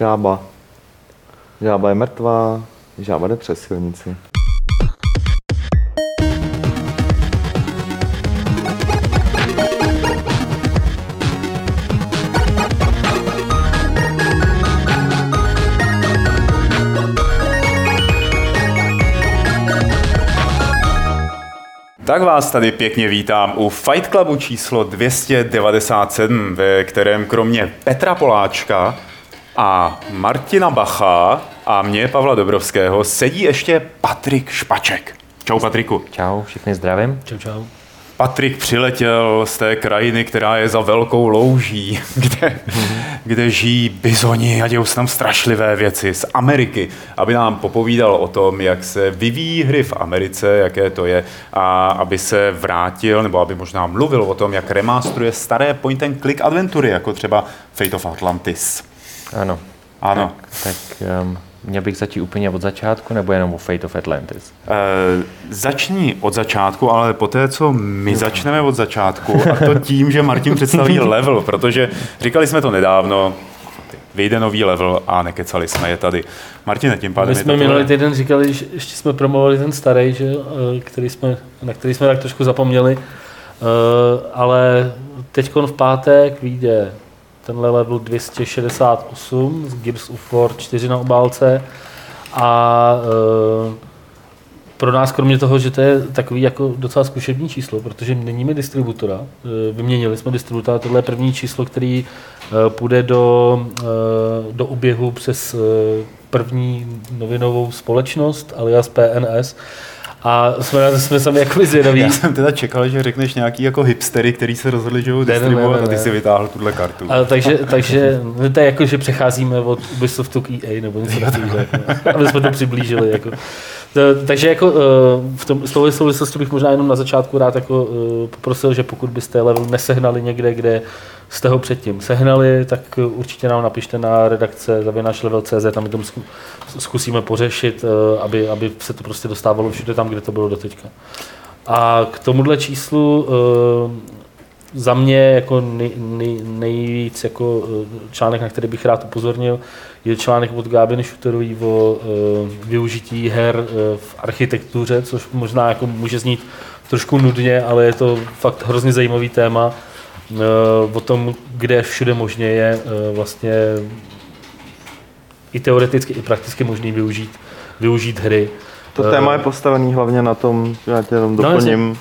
Žába. Žába je mrtvá, žába jde přes silnici. Tak vás tady pěkně vítám u Fight Clubu číslo 297, ve kterém kromě Petra Poláčka a Martina Bacha a mě, Pavla Dobrovského, sedí ještě Patrik Špaček. Čau, Patriku. Čau, všichni zdravím. Čau. Patrik přiletěl z té krajiny, která je za velkou louží, kde žijí bizoni a dějou se tam strašlivé věci z Ameriky, aby nám popovídal o tom, jak se vyvíjí hry v Americe, jaké to je, a aby se vrátil, nebo aby možná mluvil o tom, jak remasteruje staré point-and-click adventury, jako třeba Fate of Atlantis. Ano. Tak měl bych začít úplně od začátku, nebo jenom o Fate of Atlantis? Začni od začátku, ale poté, co my začneme od začátku, a to tím, že Martin představí level, protože říkali jsme to nedávno, vyjde nový level a nekecali jsme je tady. Martine, tím pádem my jsme minulý týden říkali, že ještě jsme promovali ten starý, že, na který jsme tak trošku zapomněli, ale teď v pátek vyjde tenhle level 268 z Gears of War 4 na obálce a pro nás kromě toho, že to je takový jako docela zkušební číslo, protože neníme distributora, vyměnili jsme distributora, tohle je první číslo, který půjde do oběhu přes první novinovou společnost alias PNS. A jsme sami jako zvědaví. Já jsem teda čekal, že řekneš nějaký jako hipstery, který se rozhodli, že ho distribuovat, a ty si vytáhl tuhle kartu. Takže to je jako, že přecházíme od Ubisoftu k EA nebo něco takového, aby jsme to přiblížili. Jako. Takže jako s touhle souvislosti bych možná jenom na začátku rád jako poprosil, že pokud byste level nesehnali někde, kde jste ho předtím sehnali, tak určitě nám napište na redakce @level.cz a my to zkusíme pořešit, aby se to prostě dostávalo všude tam, kde to bylo doteďka. A k tomuhle číslu za mě jako nejvíc jako článek, na který bych rád upozornil, je článek od Gábiny Šuterový o využití her v architektuře, což možná jako může znít trošku nudně, ale je to fakt hrozně zajímavý téma o tom, kde všude možně je vlastně i teoreticky, i prakticky možný využít hry. To téma je postavený hlavně na tom, já tě jenom doplním.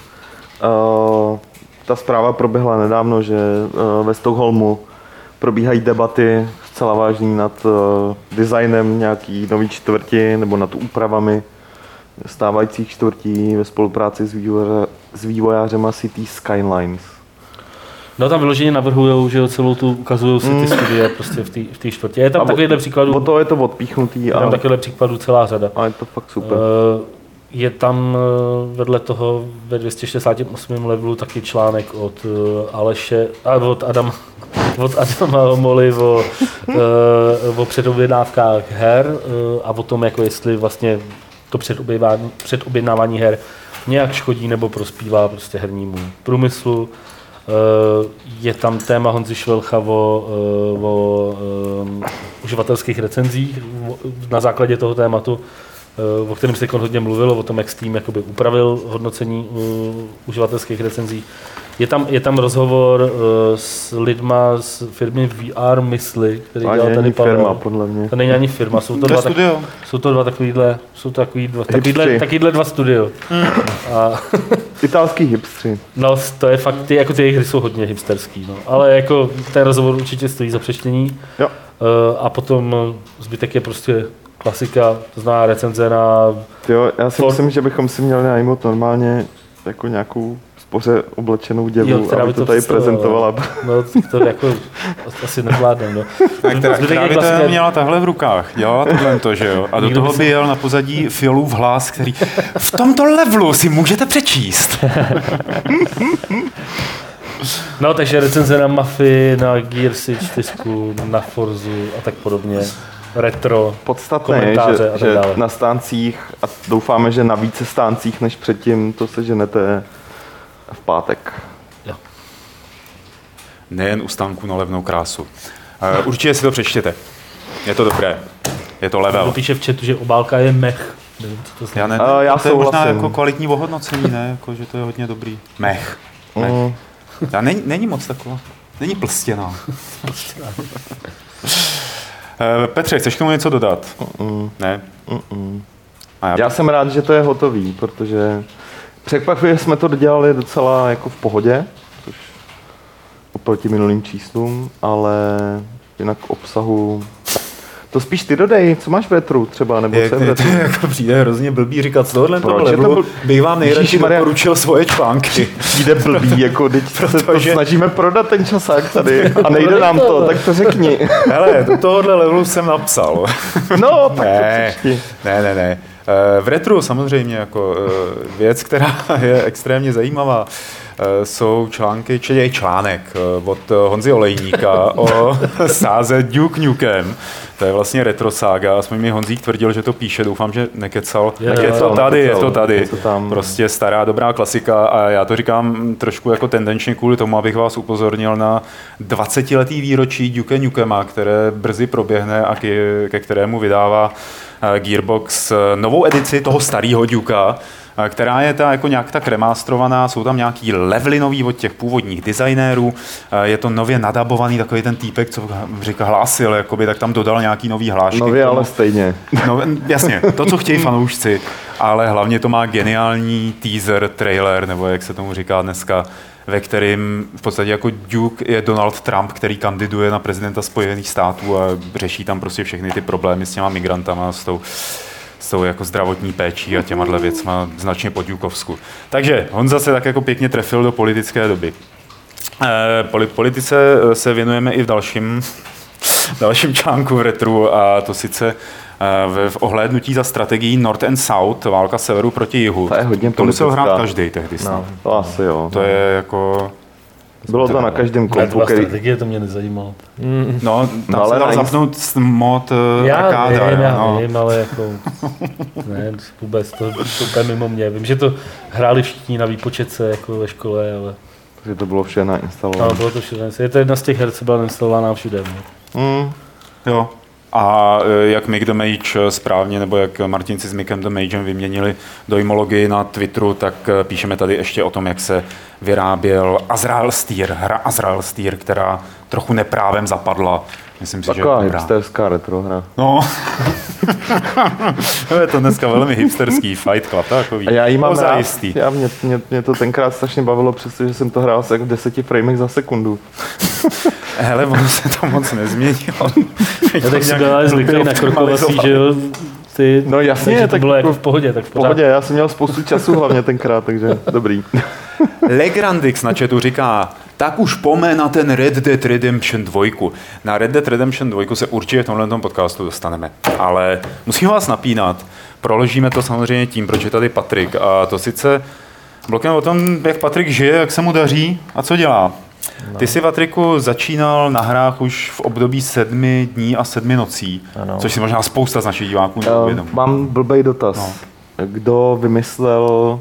Ta zpráva proběhla nedávno, že ve Stockholmu probíhají debaty zcela vážný nad designem nějaký nový čtvrti nebo nad úpravami stávajících čtvrtí ve spolupráci s vývojářema City Skylines. No tam vyloženě navrhujou, že celou tu ukazují si ty studie prostě v té čtvrtě. Je tam takovýhle příkladů. O to je to odpíchnutý. Je tam takovýhle příkladů celá řada. A je to fakt super. Je tam vedle toho ve 268. levelu taky článek od Aleše, od Adama Homoly o předobjednávkách her a o tom, jako jestli vlastně to předobjednávání her nějak škodí nebo prospívá prostě hernímu průmyslu. Je tam téma Honzy Švelcha o uživatelských recenzích na základě toho tématu, o kterém se hodně mluvilo, o tom, jak Steam jakoby upravil hodnocení uživatelských recenzí. Je tam rozhovor s lidma z firmy VR Mysli, který dělal tady Pavel. Firma, podle mě. To není ani firma, jsou to dva takovýhle dva studio. Italský hipstři. No, to je fakt, ty jejich hry jsou hodně hipsterský, no. Ale jako ten rozhovor určitě stojí za přečtení. Jo. A potom zbytek je prostě klasika, to znamená recenze na... Jo, já si myslím, že bychom si měli najmout normálně jako nějakou spoře oblečenou děvu, aby to tady prezentovala. No, to jako asi nezvládnem, no. Která by to měla tahle v rukách, dělala tohle, že jo? A do toho by jel na pozadí Fiolův hlas, který v tomto levelu si můžete přečíst. No, takže recenze na Mafii, na Gearsy 4, na Forzu a tak podobně. Retro, podstatné je, že na stáncích, a doufáme, že na více stáncích než předtím, to seženete v pátek. Jo. Nejen u stánku na levnou krásu. Určitě si to přečtěte. je to dobré. Je to Někdo level. píše v chatu, že obálka je mech. Nevím, co to znamená. Já ne, Já to je možná souhlasím. jako kvalitní ohodnocení, ne? Jako, že to je hodně dobrý. Mech. Já není moc taková. Není plstěná. Petře, chceš k tomu něco dodat? Ne? A Já jsem rád, že to je hotový, protože překvapivě jsme to dodělali docela jako v pohodě, což oproti minulým číslům, ale jinak obsahu... To spíš ty dodej, co máš v retru třeba, nebo co je v retru? jako přijde hrozně blbý říkat z tohohle Proč je to levelu, bych vám nejradši Ježišmarja. doporučil svoje články. Jde blbý, jako teď se to Protože- snažíme prodat ten časák tady a nejde nám to, tak to řekni. Hele, do tohohle levelu jsem napsal. No, tak to Ne, přečti. ne. V retru samozřejmě jako věc, která je extrémně zajímavá, jsou články, či je článek od Honzy Olejníka o sáze Duke Nukem. To je vlastně retro sága, aspoň mi Honzík tvrdil, že to píše, doufám, že nekecal. Je, Tak je to tady, je to tady. Je to tam. Prostě stará dobrá klasika a já to říkám trošku jako tendenčně kvůli tomu, abych vás upozornil na 20letý výročí Duke Nukema, které brzy proběhne a ke kterému vydává Gearbox novou edici toho starého Dukea, která je ta jako nějak tak remastrovaná, jsou tam nějaký levely nový od těch původních designérů, je to nově nadabovaný takový ten týpek, co hlásil, jakoby, tak tam dodal nějaký nový hlášky. Nově, k tomu. ale stejně. No, jasně, to, co chtějí fanoušci, ale hlavně to má geniální teaser, trailer, nebo jak se tomu říká dneska, ve kterým v podstatě jako Duke je Donald Trump, který kandiduje na prezidenta Spojených států a řeší tam prostě všechny ty problémy s těma migrantama, s tou jako zdravotní péčí a těma věcma značně po Dukeovsku. Takže Honza se tak jako pěkně trefil do politické doby. Politice se věnujeme i v dalším článku v retru, a to sice v ohlédnutí za strategií North and South, válka severu proti jihu. To je hodně to musel politická. hrát každý tehdy snad. No, to asi jo. To je jako... Bylo to na každém kompu, Letová který... strategie, to mě nezajímalo. No, tam ale se dal na zapnout mod arkáda. Já vím, ale jako... Ne, vůbec, to úplně mimo mě. Vím, že to hráli všichni na výpočetce jako ve škole, ale... Že to bylo vše No, nainstalované. bylo to všude. Je to jedna z těch her, co byla nainstalovaná všude. No. Jo. A jak Mick the Mage správně, nebo jak Martinci s Mickem the Magem vyměnili dojmologii na Twitteru, tak píšeme tady ještě o tom, jak se vyráběl Azrael Steer, hra Azrael Steer, která trochu neprávem zapadla. Myslím si, Taková že dobrá. hipsterská retro hra. No. Je to dneska velmi hipsterský Fight Club, takový. A já ji mám rád. Ozajistý. Mě to tenkrát strašně bavilo, přestože jsem to hrál asi jako v 10 framech za sekundu. Hele, ono se to moc nezměnilo. Já tak si byla zvyklý na krokovací, že jo, ty, No jasně, takže to tak bylo jako v pohodě, tak v pohodě, já jsem měl spoustu času hlavně tenkrát, takže dobrý. Legrandix na chatu říká, tak už pome na ten Red Dead Redemption 2. Na Red Dead Redemption 2 se určitě v tomhle podcastu dostaneme, ale musím vás napínat. Proložíme to samozřejmě tím, proč je tady Patrik, a to sice blokem o tom, jak Patrik žije, jak se mu daří a co dělá. Ty jsi, Patriku, začínal na hrách už v období 7 dní a 7 nocí, Ano. což si možná spousta z našich diváků neuvědomí. Mám blbej dotaz. No. Kdo vymyslel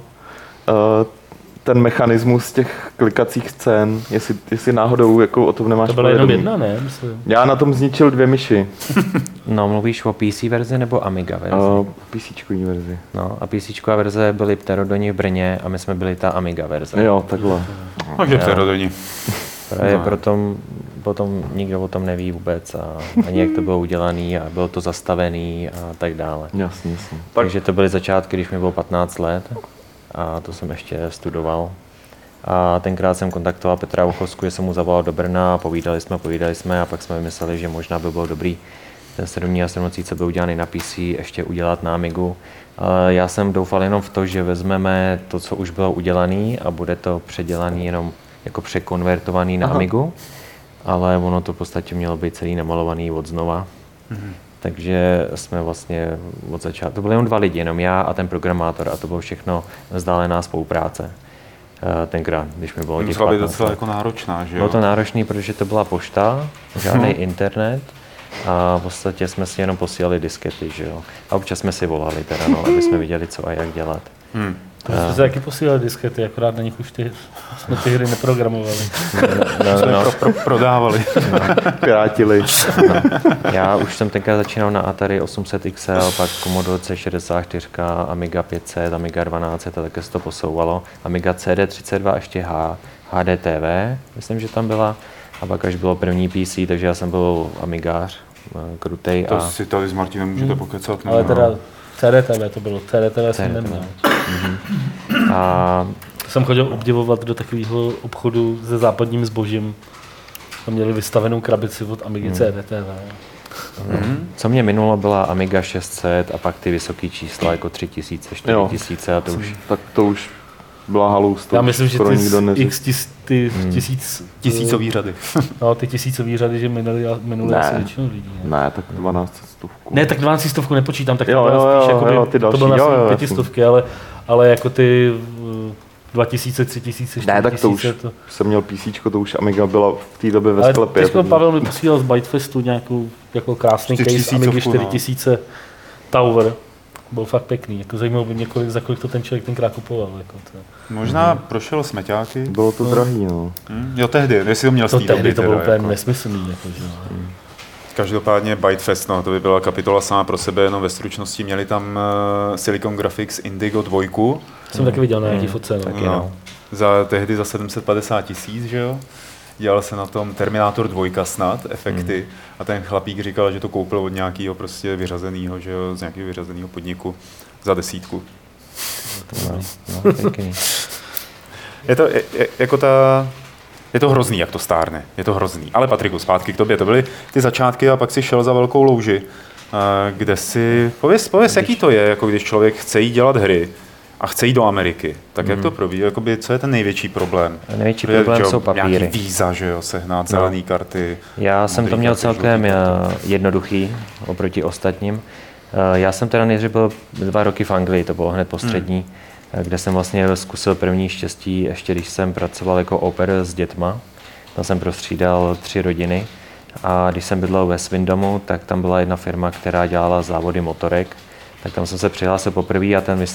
ten mechanismus těch klikacích scén, jestli náhodou jako o tom nemáš to byla jenom povědomí? jedna, ne? Myslím. Já na tom zničil 2 myši. No, mluvíš o PC verzi nebo Amiga verzi? PCčkový verzi. No, a PCčková verze byly Pterodoni v Brně a my jsme byli ta Amiga verze. Jo, takhle. Takže Pterodoni. Právě potom nikdo o tom neví vůbec a ani jak to bylo udělané a bylo to zastavený a tak dále. Jasně. Takže to byly začátky, když mi bylo 15 let a to jsem ještě studoval. A tenkrát jsem kontaktoval Petra Uchovsku, že jsem mu zavolal do Brna a povídali jsme a pak jsme vymysleli, že možná by bylo dobrý ten 7 dní a 7 nocí, co byl udělaný na PC, ještě udělat na Amigu. Ale já jsem doufal jenom v to, že vezmeme to, co už bylo udělané a bude to předělaný jenom jako překonvertovaný na Amigu, ale ono to v podstatě mělo být celý namalovaný od znova. Takže jsme vlastně od začátku, to byly jenom 2 lidi, jenom já a ten programátor a to bylo všechno vzdálená spolupráce. Tenkrát, když mi bylo těch Musela být 15 docela let. jako náročná, že jo? Bylo to náročné, protože to byla pošta, žádný internet a v podstatě jsme si jenom posílali diskety, že jo. A občas jsme si volali teda, no, aby jsme viděli, co a jak dělat. To jsme se taky posílali diskety, akorát na nich už jsme ty hry neprogramovali. Prodávali. Krátili. Já už jsem tenkrát začínal na Atari 800 XL, pak Commodore C64, Amiga 500, Amiga 1200, a také se to posouvalo. Amiga CD32 ještě HDTV, myslím, že tam byla. A pak až bylo první PC, takže já jsem byl amigář, krutej. To si tady s Martinem můžete pokecat. Ale teda CDTV to bylo, CDTV jsem neměl. A Jsem chodil obdivovat do takového obchodu se západním zbožím. Tam měli vystavenou krabici od Amigy CDTV. co mě minulo, byla Amiga 600 a pak ty vysoké čísla jako 3000, 4000 a to už... Tak to už byla halus. Já myslím, že skoro ty nikdo neřekl. Tisícový řady. No, ty tisícový řady, že minuli asi většinu lidí. Ne, tak 12 stovku. Ne, tak 12 stovku nepočítám, tak Jo, to bylo jo, spíš jo, jakoby, jo, ty další, to bylo jo, jo, na 500, ale jako ty 2000, 3000, 4000. Ne, tak to už jsem měl PCčko, to už Amiga byla v té době ve ale sklepě. teď Pavel mi posílal z Bytefestu nějakou jako krásný case 4000, Amigy 4000 Tower. Byl fakt pěkný, jako zajímalo by mě, za kolik to ten člověk tenkrát kupoval. Jako to. Možná prošel smeťáky. Bylo to drahý, no. Jo, tehdy, jestli to měl z té doby. Tehdy to bylo teda, úplně jako. nesmyslný. Jako, že, Každopádně Bytefest, no, to by byla kapitola sama pro sebe, jenom ve stručnosti. Měli tam Silicon Graphics Indigo 2. Jsem taky viděl na nějaký fotce. No. Taky, no. Tehdy za 750 000, že jo? Dělal se na tom Terminator 2 snad, efekty. A ten chlapík říkal, že to koupil od nějakého prostě vyřazeného, že jo, z nějakého vyřazeného podniku za 10. No, pěkný. Je to hrozný, jak to stárne. Je to hrozný. Ale Patriku, zpátky k tobě. To byly ty začátky a pak si šel za velkou louži, kde si... Pověz, jaký to je, jako když člověk chce jít dělat hry a chce jít do Ameriky. Tak jak to probíhá? Jakoby, co je ten největší problém? Největší problém jsou papíry. Nějaký víza, že jo, sehnat zelený karty. Já jsem to měl celkem jednoduchý oproti ostatním. Já jsem teda nejdřív byl 2 roky v Anglii, to bylo hned po střední, kde jsem vlastně zkusil první štěstí, ještě když jsem pracoval jako oper s dětma. Tam jsem prostřídal 3 rodiny a když jsem bydlel ve Swindomu, tak tam byla jedna firma, která dělala závody motorek. Tak tam jsem se přihlásil poprvé a ten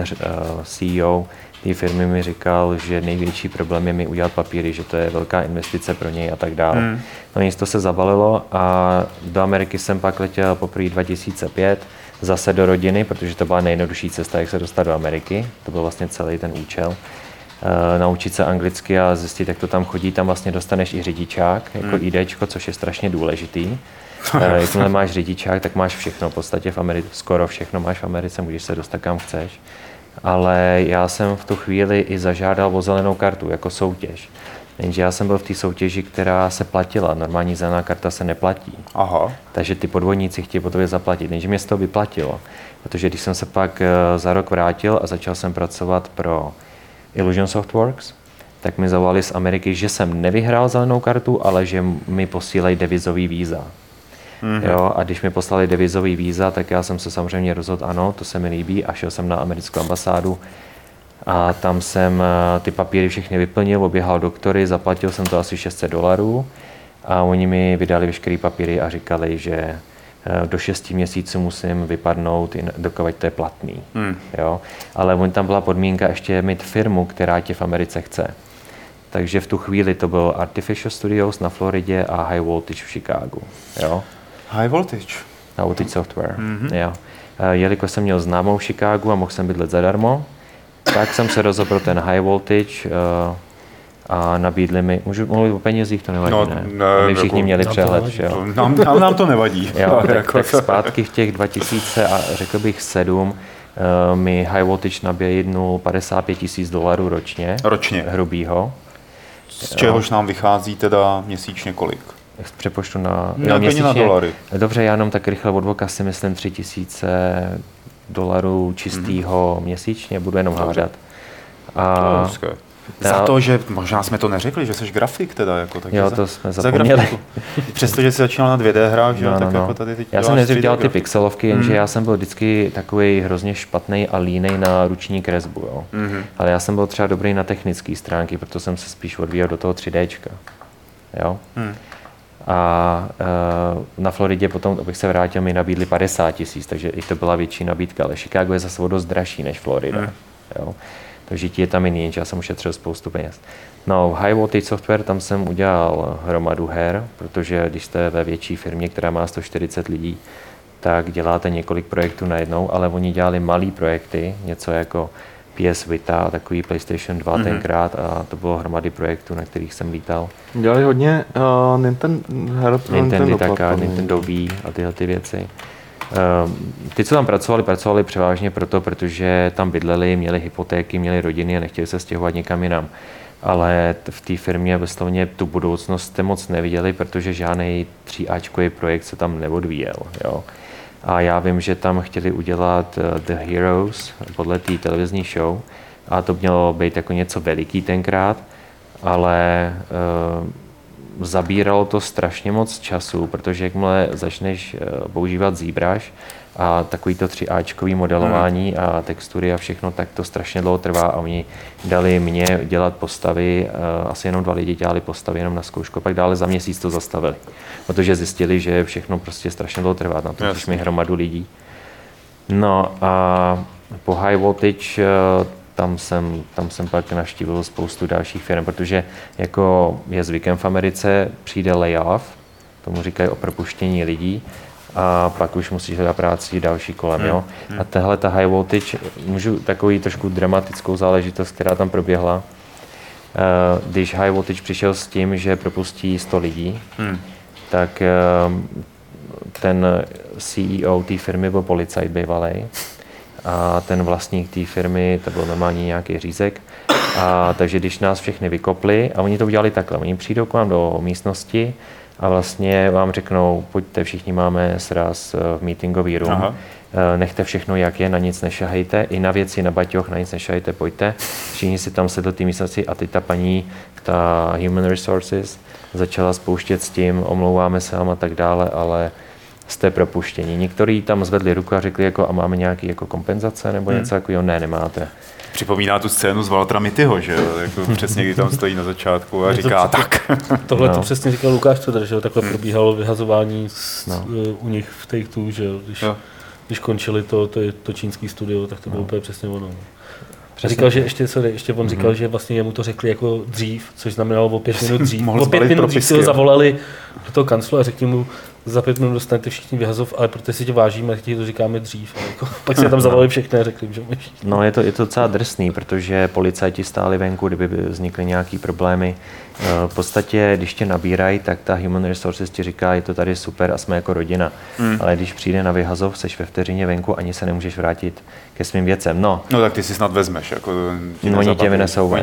CEO té firmy mi říkal, že největší problém je mi udělat papíry, že to je velká investice pro něj a tak dále. No nic, to se zabalilo a do Ameriky jsem pak letěl poprvé 2005, zase do rodiny, protože to byla nejjednodušší cesta, jak se dostat do Ameriky. To byl vlastně celý ten účel. Naučit se anglicky a zjistit, jak to tam chodí. Tam vlastně dostaneš i řidičák, jako IDčko, což je strašně důležitý. Jakmile máš řidičák, tak máš všechno. V podstatě v Americe, skoro všechno máš v Americe, můžeš se dostat kam chceš. Ale já jsem v tu chvíli i zažádal o zelenou kartu jako soutěž. Jenže já jsem byl v té soutěži, která se platila. Normální zelená karta se neplatí. Aha. Takže ty podvodníci chtějí po tobě zaplatit. Jenže mě z toho vyplatilo. Protože když jsem se pak za rok vrátil a začal jsem pracovat pro Illusion Softworks, tak mi zavolali z Ameriky, že jsem nevyhrál zelenou kartu, ale že mi posílají devizový víza. Jo, a když mi poslali devizový víza, tak já jsem se samozřejmě rozhodl, ano, to se mi líbí a šel jsem na americkou ambasádu a tam jsem ty papíry všechny vyplnil, oběhal doktory, zaplatil jsem to asi $600 a oni mi vydali veškeré papíry a říkali, že do 6 měsíců musím vypadnout, dokud to je platný. Jo? Ale on tam byla podmínka ještě mít firmu, která tě v Americe chce. Takže v tu chvíli to byl Artificial Studios na Floridě a High Voltage v Chicagu. Jo? High Voltage. High Voltage Software. Jo. Jelikož jsem měl známou v Chicagu a mohl jsem bydlet zadarmo, tak jsem se rozhodl pro ten High Voltage a nabídli mi, můžu mluvit o penězích, to nevadí, ne? My všichni měli přehled, že jo. Nám to nevadí. Jo, tak zpátky v těch 2000 a řekl bych 7 mi High Voltage nabídnul $55,000 ročně. Ročně. Hrubýho. Z čehož nám vychází teda měsíčně kolik? Přepočtu na... Měsíčně na dolary. Dobře, já jenom tak rychle od voka si myslím $3,000 čistýho měsíčně, budu jenom hádat. A za to, že možná jsme to neřekli, že jsi grafik teda, jako tak. Jo, to jsme zapomněli. Přestože jsi začínal na 2D hrách, že jo, tak jako tady teď já jsem nejdřív dělal ty pixelovky, jenže já jsem byl vždycky takový hrozně špatný a línej na ruční kresbu, jo. Ale já jsem byl třeba dobrý na technické stránky, proto jsem se spíš odvíjel do toho 3Dčka. Jo. A na Floridě potom, abych se vrátil, mi nabídli $50,000, takže i to byla větší nabídka, ale Chicago je zase o dost dražší než Florida. Jo. To žití je tam jiný, jenže já jsem ušetřil spoustu peněz. No, High Voltage Software, tam jsem udělal hromadu her, protože když jste ve větší firmě, která má 140 lidí, tak děláte několik projektů najednou, ale oni dělali malý projekty, něco jako PS Vita, takový PlayStation 2 tenkrát a to bylo hromady projektů, na kterých jsem lítal. Dělali hodně her pro Nintendo platformy. Nintendo Wii a tyhle ty věci. Ty, co tam pracovali převážně proto, protože tam bydleli, měli hypotéky, měli rodiny a nechtěli se stěhovat někam jinam. Ale v té firmě vyslovně tu budoucnost jste moc neviděli, protože žádný 3Ačkový projekt se tam neodvíjel. Jo. A já vím, že tam chtěli udělat The Heroes podle té televizní show a to mělo být jako něco veliký tenkrát, ale zabíralo to strašně moc času, protože jakmile začneš používat ZBrush a takový to 3Ačkový modelování a textury a všechno, tak to strašně dlouho trvá a oni dali mě dělat postavy, asi jenom 2 lidi dělali postavy jenom na zkoušku, pak dále za měsíc to zastavili, protože zjistili, že všechno prostě strašně dlouho trvá, na to přišli hromadu lidí. No a po High Voltage tam jsem pak navštívil spoustu dalších firm, protože jako je zvykem v Americe, přijde layoff, tomu říkají o propuštění lidí, a pak už musíš hledat práci další kolem. Jo? A tahle ta High Voltage, můžu takový trošku dramatickou záležitost, která tam proběhla. Když High Voltage přišel s tím, že propustí 100 lidí, tak ten CEO té firmy byl policajt bývalej a ten vlastník té firmy, to byl normálně nějaký řízek. A takže když nás všechny vykopli, a oni to udělali takhle, oni přijdou k vám do místnosti a vlastně vám řeknou, pojďte, všichni máme sraz v meetingový room, aha, nechte všechno, jak je, na nic nešahejte, i na věci, na baťoch, na nic nešahejte, pojďte. Všichni si tam sedli do té místnosti a teď ta paní, ta Human Resources, začala spouštět s tím, omlouváme se vám a tak dále, ale jste propuštění. Někteří tam zvedli ruku a řekli, jako, a máme nějaké jako kompenzace nebo něco takového, ne, nemáte. Připomíná tu scénu z Waltera Mittyho, že jo, jako přesně kdy tam stojí na začátku a říká tak. Tohle to přesně říkal Lukáš Tudor, že jo, takhle probíhalo vyhazování u nich v Take-Two, že jo, když končili to čínský studio, tak to bylo úplně přesně ono. A říkal, že ještě on říkal, že vlastně jemu to řekli jako dřív, což znamenalo o 5 minut dřív. O 5 minut dřív si ho zavolali do toho kanclu a řekli mu, za 5 minut dostanete všichni vyhazov, ale protože si tě vážíme, tak ti to říkáme dřív. Jako, pak se tam zavolali všechny a řekli, že můžeš. No je to docela drsný, protože policajti stáli venku, kdyby vznikly nějaký problémy. V podstatě, když tě nabírají, tak ta Human Resources ti říká, je to tady super a jsme jako rodina. Ale když přijde na vyhazov, seš ve vteřině venku, ani se nemůžeš vrátit ke svým věcem. No tak ty si snad vezmeš. Jako oni tě vynesou.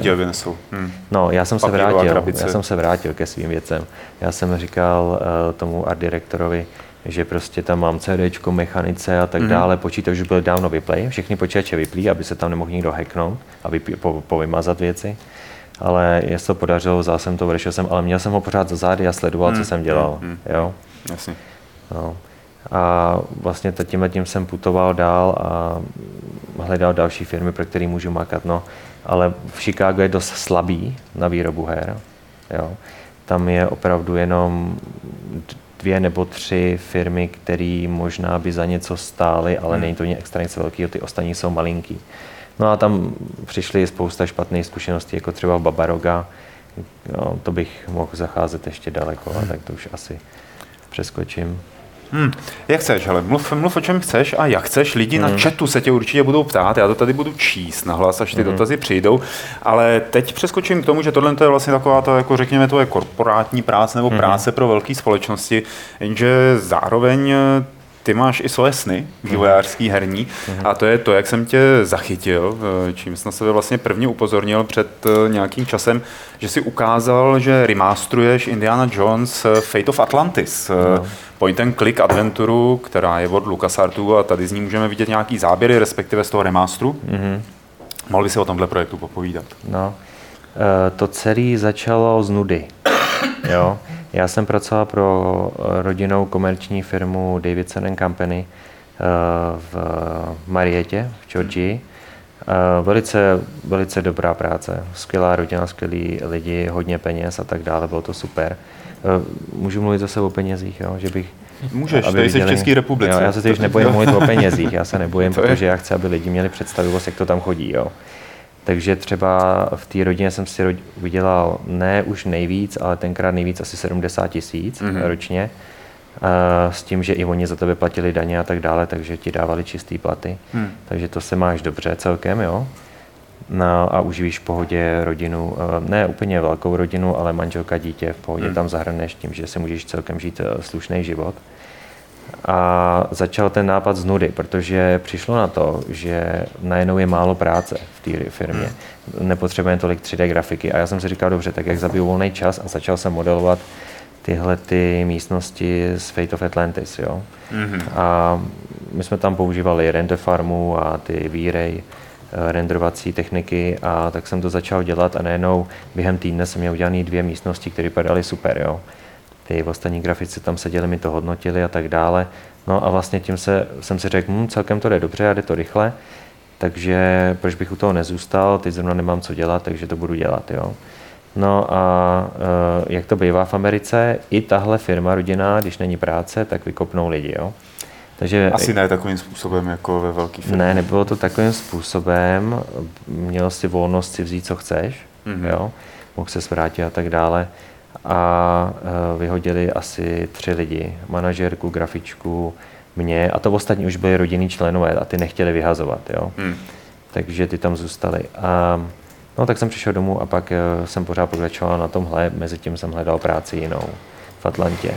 No, já jsem se vrátil ke svým věcem. Já jsem říkal tomu art direktorovi, že prostě tam mám CDčko, mechanice a tak dále, počítač už byl dávno vyplay, všechny počítače vyplý, aby se tam nemohl nikdo hacknout a povymazat věci. Ale je to podařilo, vzal jsem to, odešel jsem, ale měl jsem ho pořád za zády a sledoval, co jsem dělal. Jo? Jasně. No. A vlastně tím jsem putoval dál a hledal další firmy, pro které můžu makat. No. Ale v Chicagu je dost slabý na výrobu her. Jo? Tam je opravdu jenom 2 nebo 3 firmy, které možná by za něco stály, ale není to extra něco velkého, ty ostatní jsou malinký. No a tam přišly spousta špatných zkušeností, jako třeba v Babaroga. No, to bych mohl zacházet ještě daleko, a tak to už asi přeskočím. Jak chceš, ale mluv o čem chceš a jak chceš. Lidi na chatu se tě určitě budou ptát, já to tady budu číst nahlas, až ty dotazy přijdou, ale teď přeskočím k tomu, že tohle je vlastně taková to, jako řekněme, to je korporátní práce nebo práce pro velké společnosti, jenže zároveň ty máš i svoje sny, vývojářský, herní, a to je to, jak jsem tě zachytil, čím jsem na sebe vlastně prvně upozornil před nějakým časem, že si ukázal, že remasteruješ Indiana Jones Fate of Atlantis, point and click adventuru, která je od LucasArtu a tady z ní můžeme vidět nějaký záběry, respektive z toho remasteru. Mohl by si o tomhle projektu popovídat? No, to celé začalo z nudy. Jo. Já jsem pracoval pro rodinnou komerční firmu Davidson & Company v Marietě, v Georgii. Velice dobrá práce, skvělá rodina, skvělí lidi, hodně peněz a tak dále, bylo to super. Můžu mluvit zase o penězích, jo? Že bych... Můžeš, tady jsi v České republice. Jo, já se teď nebojím mluvit o penězích, já se nebojím, protože já chci, aby lidi měli představivost, jak to tam chodí. Jo? Takže třeba v té rodině jsem si vydělal ne už nejvíc, ale tenkrát nejvíc asi 70 000 ročně. S tím, že i oni za tebe platili daně a tak dále, takže ti dávali čistý platy. Takže to se máš dobře celkem, jo. No a uživíš v pohodě rodinu, ne úplně velkou rodinu, ale manželka, dítě v pohodě tam zahrneš tím, že si můžeš celkem žít slušný život. A začal ten nápad z nudy, protože přišlo na to, že najednou je málo práce v té firmě. Nepotřebujeme tolik 3D grafiky. A já jsem si říkal, dobře, tak jak zabiju volný čas, a začal jsem modelovat tyhle ty místnosti z Fate of Atlantis, jo. A my jsme tam používali render farmu a ty V-Ray renderovací techniky, a tak jsem to začal dělat a najednou během týdne jsem měl udělaný 2 místnosti, které vypadaly super, jo. Ty ostatní grafici tam seděli, mi to hodnotili a tak dále. No a vlastně tím jsem si řekl, celkem to jde dobře a jde to rychle, takže proč bych u toho nezůstal, teď zrovna nemám co dělat, takže to budu dělat, jo. No a jak to bývá v Americe, i tahle firma rodinná, když není práce, tak vykopnou lidi, jo. Takže, asi ne takovým způsobem jako ve velký firmě. Ne, nebylo to takovým způsobem, měl si volnost si vzít, co chceš, jo, mohl se vrátit a tak dále. A vyhodili asi 3 lidi, manažerku, grafičku, mě, a to ostatní už byli rodinní členové a ty nechtěli vyhazovat, jo. Takže ty tam zůstali. A no tak jsem přišel domů a pak jsem pořád pokračoval na tomhle, mezitím jsem hledal práci jinou v Atlantě.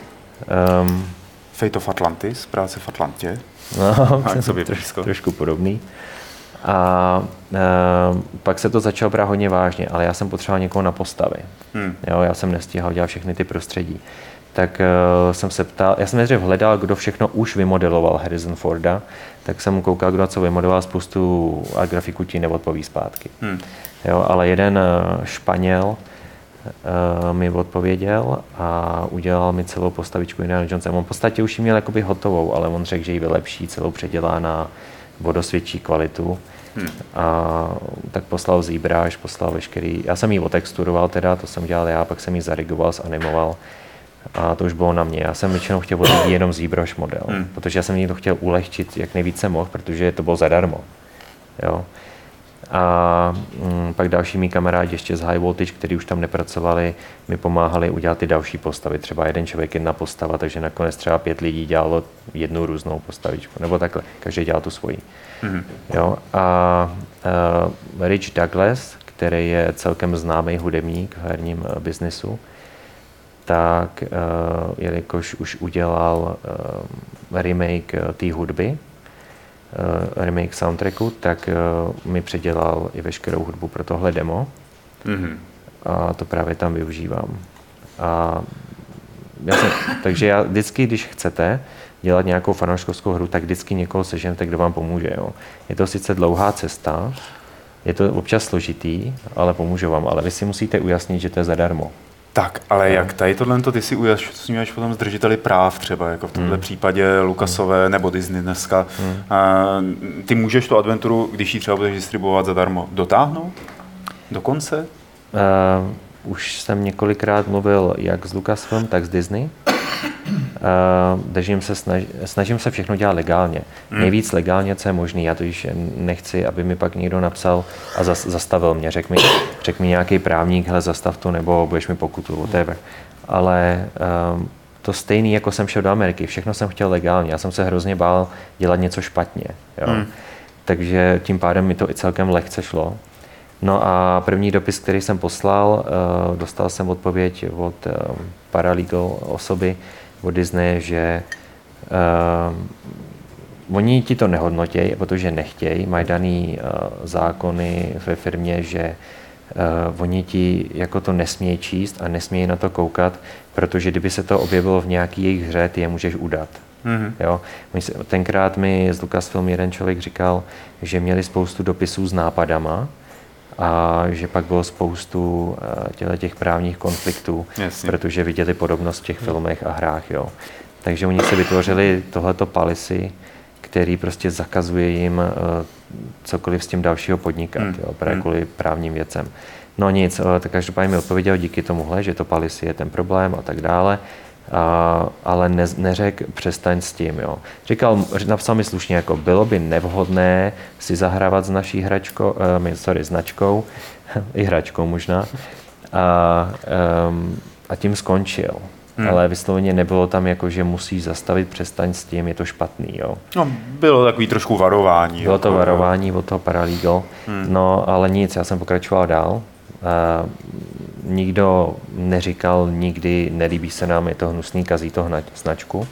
Fate of Atlantis, práce v Atlantě. No, trošku podobný. A pak se to začalo brát hodně vážně, ale já jsem potřeboval někoho na postavy. Jo, já jsem nestíhal dělat všechny ty prostředí. Tak jsem se ptal, já jsem nejdřív hledal, kdo všechno už vymodeloval Harrison Forda, tak jsem koukal, kdo co vymodeloval, spoustu a grafiku ti neodpoví zpátky. Jo, ale jeden Španěl mi odpověděl a udělal mi celou postavičku Indiana Jonesa. On v podstatě už ji měl jakoby hotovou, ale on řekl, že ji vylepší, celou předělá na vodosvědčí kvalitu. A tak poslal ZBrush, poslal veškerý, já jsem ji otexturoval teda, to jsem dělal já, pak jsem ji zarigoval, zanimoval a to už bylo na mě. Já jsem většinou chtěl od lidí jenom ZBrush model, protože já jsem jí to chtěl ulehčit, jak nejvíce mohl, protože to bylo zadarmo. Jo. A pak další mý kamarádi ještě z High Voltage, kteří už tam nepracovali, mi pomáhali udělat ty další postavy. Třeba jeden člověk, jedna postava, takže nakonec třeba 5 lidí dělalo jednu různou postavičku, nebo takhle, každý dělal tu svoji. Jo? A Rich Douglas, který je celkem známý hudebník v herním biznesu, tak jelikož už udělal remake té hudby, remake soundtracku, tak mi předělal i veškerou hudbu pro tohle demo. A to právě tam využívám. Takže já vždycky, když chcete dělat nějakou fanouškovskou hru, tak vždycky někoho seženete, kdo vám pomůže. Jo. Je to sice dlouhá cesta, je to občas složitý, ale pomůžu vám. Ale vy si musíte ujasnit, že to je zadarmo. Tak, ale jak tady tohle ty si ujasňuješ potom s držiteli práv třeba, jako v tomhle případě Lucasové nebo Disney dneska. Ty můžeš tu adventuru, když ji třeba budeš distribuovat zadarmo, dotáhnout? Do konce? Už jsem několikrát mluvil jak s Lucasfilm, tak s Disney. Snažím se všechno dělat legálně. Nejvíc legálně, co je možný. Já totiž nechci, aby mi pak někdo napsal a zastavil mě. Řekl mi nějaký právník, hele, zastav to, nebo budeš mi pokutu, whatever. Ale to stejný, jako jsem šel do Ameriky. Všechno jsem chtěl legálně. Já jsem se hrozně bál dělat něco špatně. Jo? Takže tím pádem mi to i celkem lehce šlo. No a první dopis, který jsem poslal, dostal jsem odpověď od paralegal osoby, od Disney, že oni ti to nehodnotějí, protože nechtějí, mají daný zákony ve firmě, že oni ti jako to nesmějí číst a nesmějí na to koukat, protože kdyby se to objevilo v nějaký jejich hře, ty je můžeš udat. Jo? Tenkrát mi z Lucasfilm jeden člověk říkal, že měli spoustu dopisů s nápadama, a že pak bylo spoustu těch právních konfliktů, protože viděli podobnost v těch filmech a hrách. Jo. Takže oni se vytvořili tohleto policy, který prostě zakazuje jim cokoliv s tím dalšího podnikat, jo, kvůli právním věcem. No nic, tak každopádně mi odpověděl díky tomuhle, že to policy je ten problém a tak dále. ale neřekl přestaň s tím. Jo. Napsal mi slušně, jako bylo by nevhodné si zahrávat s naší značkou, i hračkou možná, a tím skončil. Ale vysloveně nebylo tam jako, že musíš zastavit, přestaň s tím, je to špatný. Jo. No, bylo takový trošku varování. Bylo to varování od toho Paralegal, no ale nic, já jsem pokračoval dál. Nikdo neříkal nikdy, nelíbí se nám, je to hnusný, kazí to značku.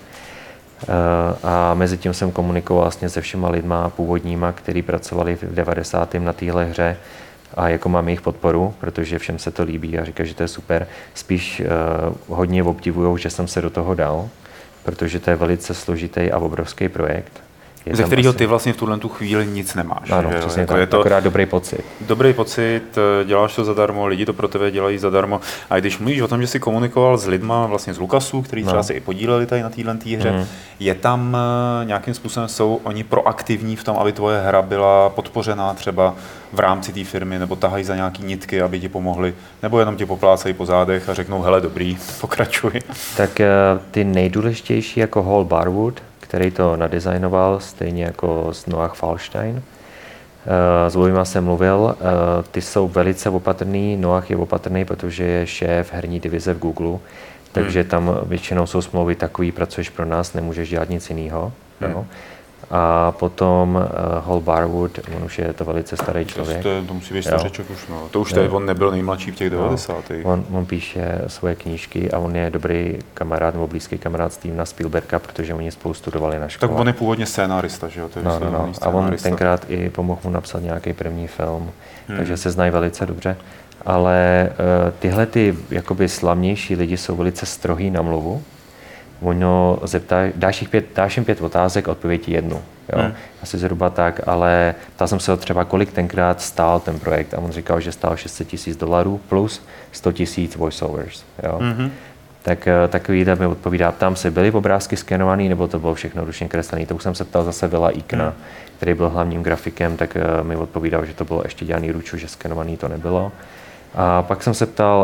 A mezi tím jsem komunikoval vlastně se všema lidma původníma, kteří pracovali v 90. na téhle hře a jako mám jejich podporu, protože všem se to líbí a říkají, že to je super. Spíš hodně obdivujou, že jsem se do toho dal, protože to je velice složitý a obrovský projekt. Ze kterého ty vlastně v tuhle chvíli nic nemáš. Ano, přesně tak. Je to akorát dobrý pocit. Dobrý pocit, děláš to zadarmo, lidi to pro tebe dělají zadarmo. A když mluvíš o tom, že jsi komunikoval s lidma vlastně z Lucasu, kteří třeba se i podíleli tady na téhle hře, je tam nějakým způsobem, jsou oni proaktivní v tom, aby tvoje hra byla podpořená třeba v rámci té firmy, nebo tahají za nějaký nitky, aby ti pomohli, nebo jenom ti poplácají po zádech a řeknou, hele, dobrý, pokračuj. Tak ty nejdůležitější jako Hal Barwood, který to nadizajnoval, stejně jako s Noah Falstein. S oběma jsem mluvil, ty jsou velice opatrný, Noah je opatrný, protože je šéf herní divize v Google, takže tam většinou jsou smlouvy takový, pracuješ pro nás, nemůžeš dělat nic jiného. No. A potom Hal Barwood, on už je to velice starý člověk. To musí být stařeček už, no. To už on nebyl nejmladší v těch 90. On píše svoje knížky a on je dobrý kamarád nebo blízký kamarád Stevena Spielberga, protože oni spolu studovali na škole. Tak on je původně scénárista, že jo? A on tenkrát i pomohl mu napsat nějaký první film, takže se znají velice dobře. Ale tyhle ty jakoby slavnější lidi jsou velice strohý na mluvu. Ono dáš jim 5 otázek, odpověď jednu. Jo? Asi zhruba tak, ale ptal jsem se ho třeba, kolik tenkrát stál ten projekt a on říkal, že stál $600,000 plus 100,000 voiceovers. Jo? Tak takovýhle mi odpovídá. Ptám se, byly obrázky skenovaný, nebo to bylo všechno ručně kreslený? To už jsem se ptal zase Willa Eakna, který byl hlavním grafikem, tak mi odpovídal, že to bylo ještě dělaný ruču, že skenovaný to nebylo. A pak jsem se ptal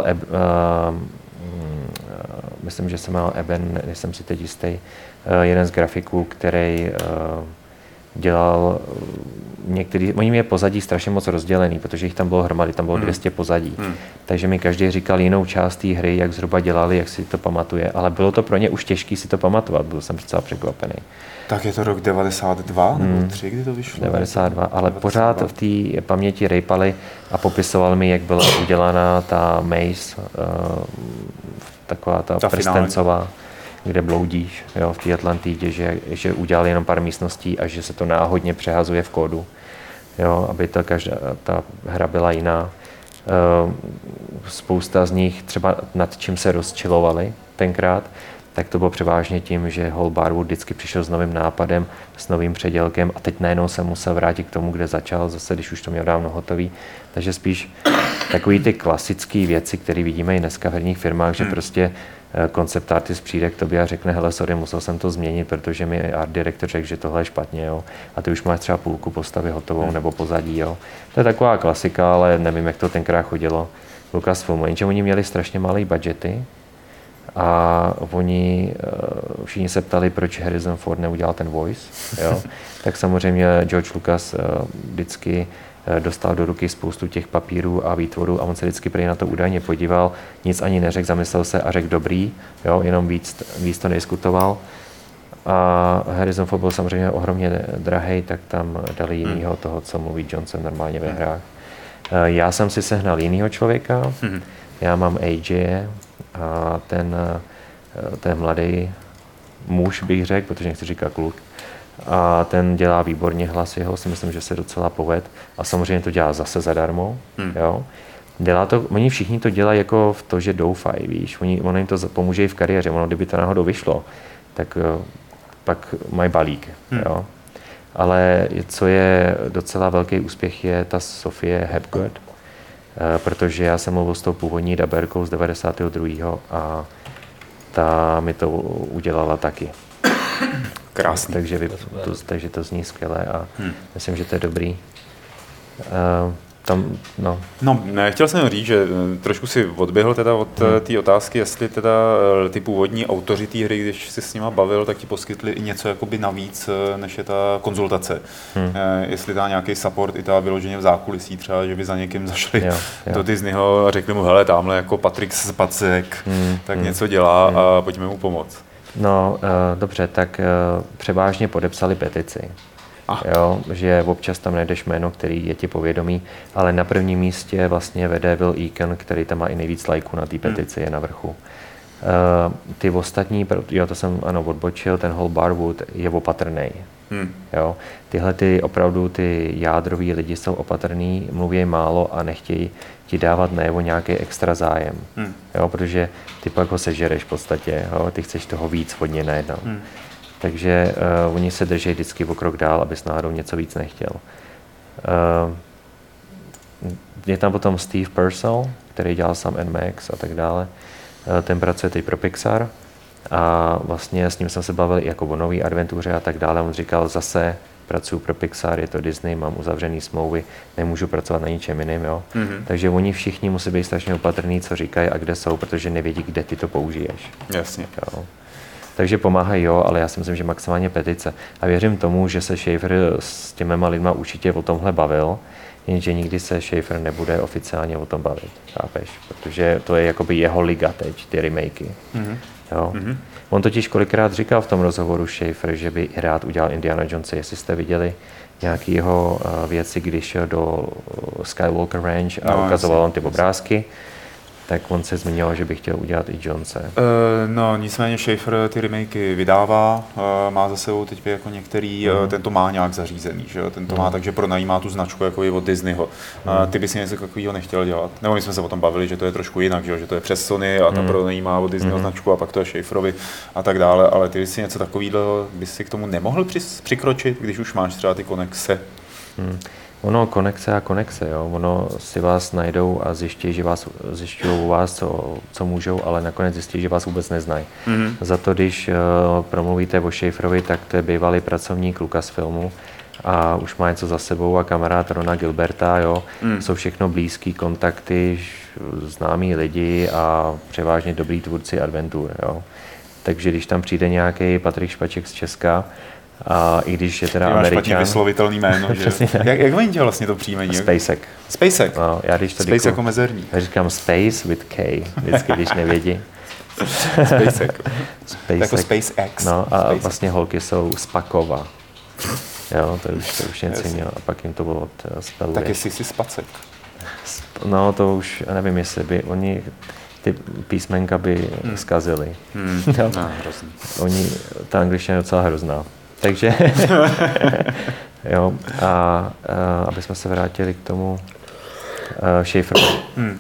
myslím, že se jmenoval Eben, nejsem si teď jistý, jeden z grafiků, který dělal některý, oni mě pozadí strašně moc rozdělený, protože jich tam bylo hromady, tam bylo 200 pozadí. Takže mi každý říkal jinou část té hry, jak zhruba dělali, jak si to pamatuje, ale bylo to pro ně už těžké si to pamatovat, byl jsem docela překvapený. Tak je to rok 92 nebo 3, kdy to vyšlo? 92, ale 92. Pořád v té paměti rejpali a popisoval mi, jak byla udělaná ta maze, taková ta prstencová, kde bloudíš, jo, v té Atlantidě, že udělali jenom pár místností a že se to náhodně přehazuje v kódu, jo, aby ta hra byla jiná. Spousta z nich třeba nad čím se rozčilovali tenkrát, tak to bylo převážně tím, že Hal Barwood vždycky přišel s novým nápadem, s novým předělkem a teď najednou se musel vrátit k tomu, kde začal, zase když už to měl dávno hotový. Takže spíš takový ty klasické věci, které vidíme i dneska v herních firmách, že prostě concept artist přijde k tobě a řekne, hele, sorry, musel jsem to změnit, protože mi art director řekl, že tohle je špatně, jo. A ty už máš třeba půlku postavy hotovou nebo pozadí, jo. To je taková klasika, ale nevím, jak to tenkrát chodilo. Lucasfilm, jenže oni měli strašně malé budgety, a oni všichni se ptali, proč Harrison Ford neudělal ten voice. Jo? Tak samozřejmě George Lucas vždycky dostal do ruky spoustu těch papírů a výtvorů a on se vždycky prý na to údajně podíval, nic ani neřekl, zamyslel se a řekl dobrý, jo? Jenom víc to nediskutoval. A Harrison Ford byl samozřejmě ohromně drahej, tak tam dali jinýho toho, co mluví Johnson normálně ve hrách. Já jsem si sehnal jinýho člověka, já mám AJ, a ten mladý muž, bych řekl, protože nechci říkat kluk, a ten dělá výborně hlas, jeho si myslím, že se docela poved a samozřejmě to dělá zase zadarmo, jo. Dělá to, oni všichni to dělají jako v to, že doufají, víš, ono jim to pomůže i v kariéře, ono kdyby to náhodou vyšlo, tak pak mají balík, jo. Ale co je docela velký úspěch je ta Sophie Hapgood, protože já jsem mluvil s tou původní daberkou z 92. a ta mi to udělala taky. Krásný. Takže to zní skvěle a myslím, že to je dobrý. No, chtěl jsem říct, že trošku si odběhl teda od té otázky, jestli teda ty původní autoři té hry, když jsi s nima bavil, tak ti poskytli i něco jakoby navíc, než je ta konzultace. Jestli ta nějaký support i ta vyloženě v zákulisí třeba, že by za někým zašli do Disneyho a řekli mu, hele, tamhle jako Patrik Spacek, tak něco dělá a pojďme mu pomoct. No, dobře, tak převážně podepsali petici. Jo, že občas tam najdeš jméno, který je ti povědomý, ale na prvním místě vlastně vede Will Eakin, který tam má i nejvíc lajků na té petici, je na vrchu. Ty ostatní, jo, to jsem odbočil, ten Hal Barwood je opatrnej. Jo, tyhle opravdu ty jádroví lidi jsou opatrný, mluví málo a nechtějí ti dávat najevo nějaký extra zájem. Jo, protože ty pak ho sežereš v podstatě, jo, ty chceš toho víc hodně najednou. Takže oni se drží vždycky o krok dál, abys náhodou něco víc nechtěl. Je tam potom Steve Purcell, který dělal Sam & Max a tak dále. Ten pracuje teď pro Pixar a vlastně s ním jsem se bavil jako o nový adventuře a tak dále. On říkal, zase pracuji pro Pixar, je to Disney, mám uzavřený smlouvy, nemůžu pracovat na ničem jiným. Jo? Takže oni všichni musí být strašně opatrní, co říkají a kde jsou, protože nevědí, kde ty to použiješ. Jasně. Jo? Takže pomáhají, jo, ale já si myslím, že maximálně petice. A věřím tomu, že se Schafer s těma lidma určitě o tomhle bavil, jenže nikdy se Schafer nebude oficiálně o tom bavit, chápeš? Protože to je jakoby jeho liga teď, ty remakey. Jo. On totiž kolikrát říkal v tom rozhovoru Schafer, že by i rád udělal Indiana Jonese, jestli jste viděli nějaký jeho věci, když šel do Skywalker Ranch a ukazoval on ty obrázky, tak on se zmiňoval, že by chtěl udělat i Jonese. No, nicméně Schafer ty remakey vydává, má za sebou teď jako některý, ten to má nějak zařízený, že jo? Ten to má tak, že pronajímá tu značku jako i od Disneyho. Ty bys něco takového nechtěl dělat? Nebo my jsme se o tom bavili, že to je trošku jinak, že to je přes Sony a ta pronajímá od Disneyho značku a pak to je Schaferovi a tak dále, ale ty bys si něco takového, bys si k tomu nemohl přikročit, když už máš třeba ty konexe? Ono konexe, jo. Ono si vás najdou a zjišťují u vás, co můžou, ale nakonec zjistí, že vás vůbec neznají. Za to, když promluvíte o Schaferovi, tak to je bývalý pracovník Lucasfilmu a už má něco za sebou a kamarád Rona Gilberta, jo. Jsou všechno blízký kontakty, známí lidi a převážně dobrý tvůrci adventur, jo. Takže když tam přijde nějaký Patrik Špaček z Česka, a i když je teda Američan... špatně vyslovitelný jméno, že? Jak oni dělal vlastně to příjmení? Spacek. Spacek? No, já když to Space jako mezerní. Já říkám Space with K, vždycky, když nevědí. Spacek. Jako SpaceX. No a SpaceX. vlastně holky jsou z Pakova. Jo, to už něco mělo a pak jim to bylo spelluje. Tak jestli jsi Spacek. No to už, nevím, jestli by oni ty písmenka by zkazili. No, hrozný. Oni, ta angličtina je docela hrozná. Takže, jo, a aby jsme se vrátili k tomu Schaferovi.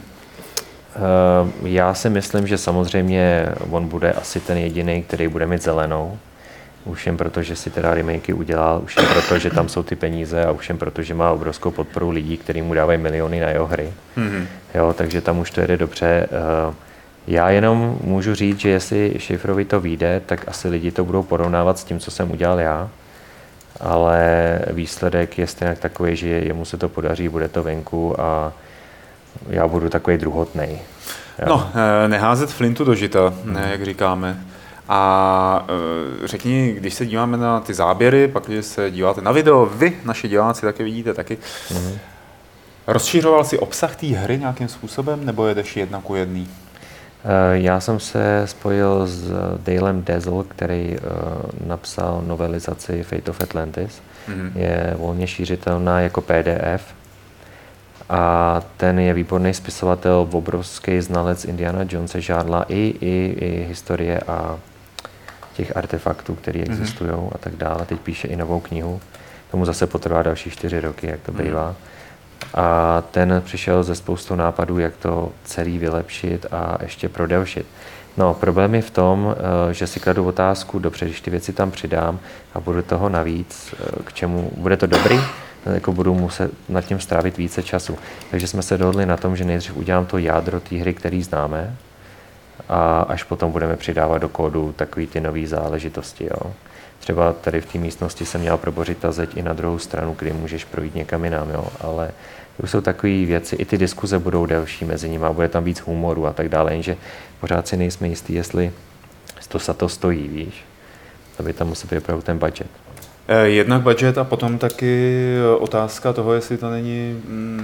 Já si myslím, že samozřejmě on bude asi ten jediný, který bude mít zelenou. Už jen proto, že si teda remakey udělal, už jen proto, že tam jsou ty peníze a už jen proto, že má obrovskou podporu lidí, kteří mu dávají miliony na jeho hry. Jo, takže tam už to jede dobře. Já jenom můžu říct, že jestli Schaferovi to vyjde, tak asi lidi to budou porovnávat s tím, co jsem udělal já. Ale výsledek je stejně takový, že jemu se to podaří, bude to venku a já budu takový druhotnej. No, neházet flintu do žita, jak říkáme. A řekni, když se díváme na ty záběry, pak když se díváte na video, vy, naši diváci, taky vidíte taky. Rozšířoval jsi obsah té hry nějakým způsobem, nebo jedeš 1:1? Já jsem se spojil s Dalem Dazzle, který napsal novelizaci Fate of Atlantis. Je volně šířitelná jako PDF. A ten je výborný spisovatel, obrovský znalec Indiana Jonese, žádla i historie a těch artefaktů, které existují a tak dále. Teď píše i novou knihu. Tomu zase potrvá další 4 roky, jak to bývá. A ten přišel ze spoustou nápadů, jak to celý vylepšit a ještě prodelšit. No, problém je v tom, že si kladu otázku, dobře, když ty věci tam přidám a budu toho navíc, k čemu bude to dobrý, jako budu muset nad tím strávit více času. Takže jsme se dohodli na tom, že nejdřív udělám to jádro té hry, který známe, a až potom budeme přidávat do kódu takový ty nové záležitosti. Jo. Třeba tady v té místnosti jsem měl probořit ta zeď i na druhou stranu, kdy můžeš projít někam jinam, jo. Ale už jsou takové věci, i ty diskuze budou delší mezi nimi, bude tam víc humoru a tak dále, jenže pořád si nejsme jistí, jestli to za to stojí, víš. To by tam musel být opravdu ten budget. Jednak budget a potom taky otázka toho, jestli to není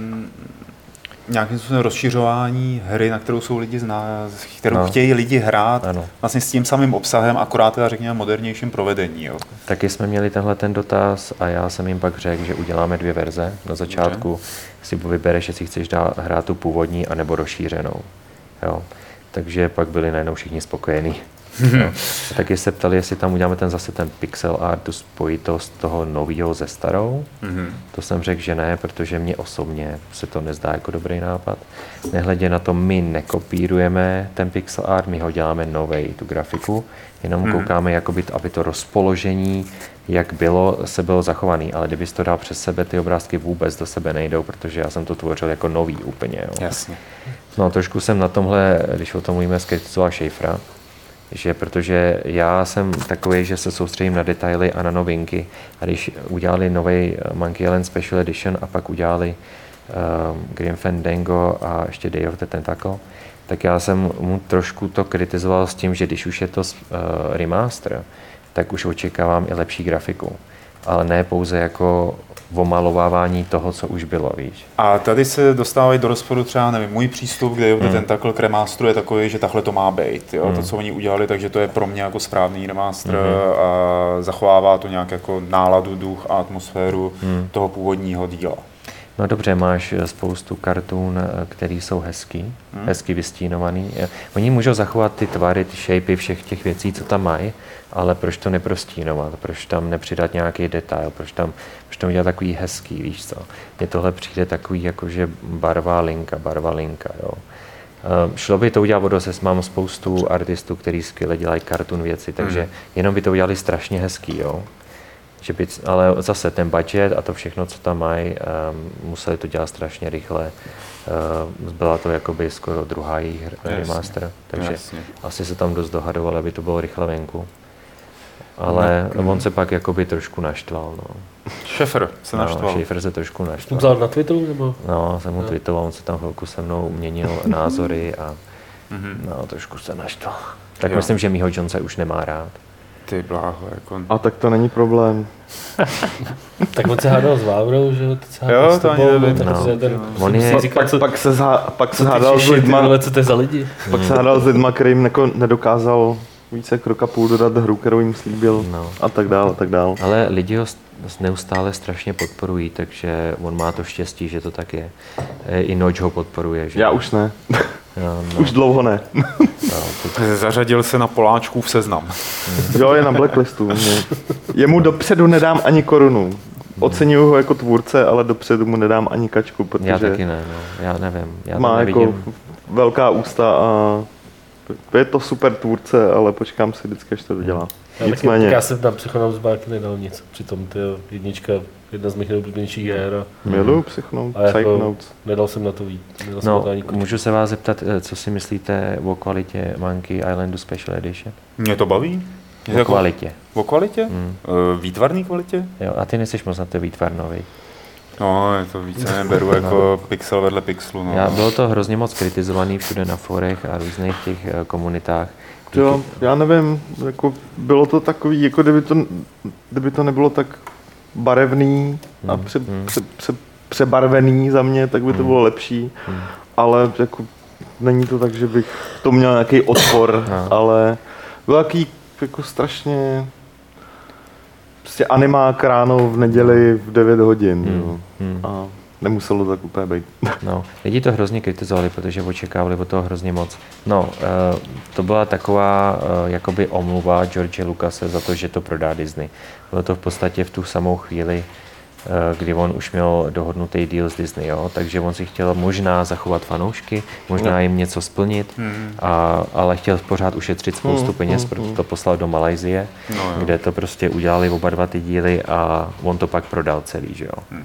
nějakým způsobem rozšiřování hry, na kterou jsou lidi kterou chtějí lidi hrát, vlastně s tím samým obsahem, akorát teda řekněme modernějším provedení. Jo. Taky jsme měli tenhle ten dotaz a já jsem jim pak řekl, že uděláme 2 verze. Na začátku si vybereš, jestli chceš hrát tu původní anebo rozšířenou. Jo. Takže pak byli najednou všichni spokojení. Taky se ptali, jestli tam uděláme zase ten pixel art, tu spojitost toho nového se starou. To jsem řekl, že ne, protože mně osobně se to nezdá jako dobrý nápad. Nehledě na to, my nekopírujeme ten pixel art, my ho děláme novej, tu grafiku, jenom koukáme, jakoby, aby to rozpoložení, jak bylo, se bylo zachovaný, ale kdybys to dal přes sebe, ty obrázky vůbec do sebe nejdou, protože já jsem to tvořil jako nový úplně. Jo. Jasně. No trošku jsem na tomhle, když o tom mluvíme, skritizoval Schaeffera, že protože já jsem takový, že se soustředím na detaily a na novinky a když udělali nový Monkey Island Special Edition a pak udělali Grim Fandango a ještě Day of the Tentacle, tak já jsem mu trošku to kritizoval s tím, že když už je to remaster, tak už očekávám i lepší grafiku, ale ne pouze jako omalovávání toho, co už bylo, víš. A tady se dostávají do rozporu třeba, nevím, můj přístup, kde ten Tentacle k remasteru je takový, že takhle to má být, jo? To, co oni udělali, takže to je pro mě jako správný remaster a zachovává to nějak jako náladu, duch a atmosféru toho původního díla. No dobře, máš spoustu kartun, které jsou hezky vystínovaný. Oni můžou zachovat ty tvary, ty shapey všech těch věcí, co tam mají, ale proč to neprostínovat, proč tam nepřidat nějaký detail, proč tam udělat takový hezký, víš co. Mně tohle přijde takový jakože barva linka, jo. Šlo by to udělat mám spoustu artistů, kteří skvěle dělají kartun věci, takže jenom by to udělali strašně hezký, jo. Ale zase ten budget a to všechno, co tam mají, museli to dělat strašně rychle. Byla to jakoby skoro druhá jejich remaster, takže asi se tam dost dohadoval, aby to bylo rychle venku. Ale on se pak jakoby trošku naštval. No. Schaeffer se naštval. Schaeffer se trošku naštval. Vzal na Twitteru? Nebo? No, jsem mu tweetoval, on se tam chvilku se mnou měnil názory a trošku se naštval. Tak myslím, že Miho Jonese už nemá rád. Ty bláho, jako... A tak to není problém. Tak on se hádal s Vávrou, že jo? Jo, to ani nevím. Pak se hádal s lidma... Co to je za lidi? Pak se hádal s lidma, kterým nedokázal více jak roka půl dodat hru, kterou jim slíbil a tak dál. Ale lidi ho neustále strašně podporují, takže on má to štěstí, že to tak je. I Notch ho podporuje. Že? Já už ne. No. Už dlouho ne. Zařadil se na Poláčkův seznam. Jo, je na blacklistu. Jemu dopředu nedám ani korunu. Oceňuju ho jako tvůrce, ale dopředu mu nedám ani kačku, protože... Já taky ne, no. Já nevím. Já má jako velká ústa a je to super tvůrce, ale počkám si vždycky, až to dodělá. Nicméně. Já jsem tam Psychonauts bárky nedal nic. Přitom to je jednička, jedna z mých nejoblíbenějších her. Miluju Psychonauts. Nedal jsem na to víc. Můžu se vás zeptat, co si myslíte o kvalitě Monkey Islandu Special Edition? Mě to baví. O kvalitě. O kvalitě? Výtvarný kvalitě? Jo, a ty nejseš moc na to výtvarnový. No, je to více beru jako pixel vedle pixelu. No. Bylo to hrozně moc kritizovaný všude na forech a různých těch komunitách. Jo, já nevím, jako bylo to takový, jako kdyby to nebylo tak barevný a přebarvený za mě, tak by to bylo lepší, ale jako není to tak, že bych to měl nějaký odpor, ale byl takový jako strašně prostě animák ráno v neděli v 9 hodin. A nemuselo tak úplně být. No, lidi to hrozně kritizovali, protože očekávali od toho hrozně moc. No, to byla taková jakoby omluva George Lucase za to, že to prodá Disney. Bylo to v podstatě v tu samou chvíli, kdy on už měl dohodnutý deal s Disney, jo? Takže on si chtěl možná zachovat fanoušky, možná jim něco splnit, ale chtěl pořád ušetřit spoustu peněz, proto to poslal do Malajsie, kde to prostě udělali oba dva ty díly a on to pak prodal celý, že jo.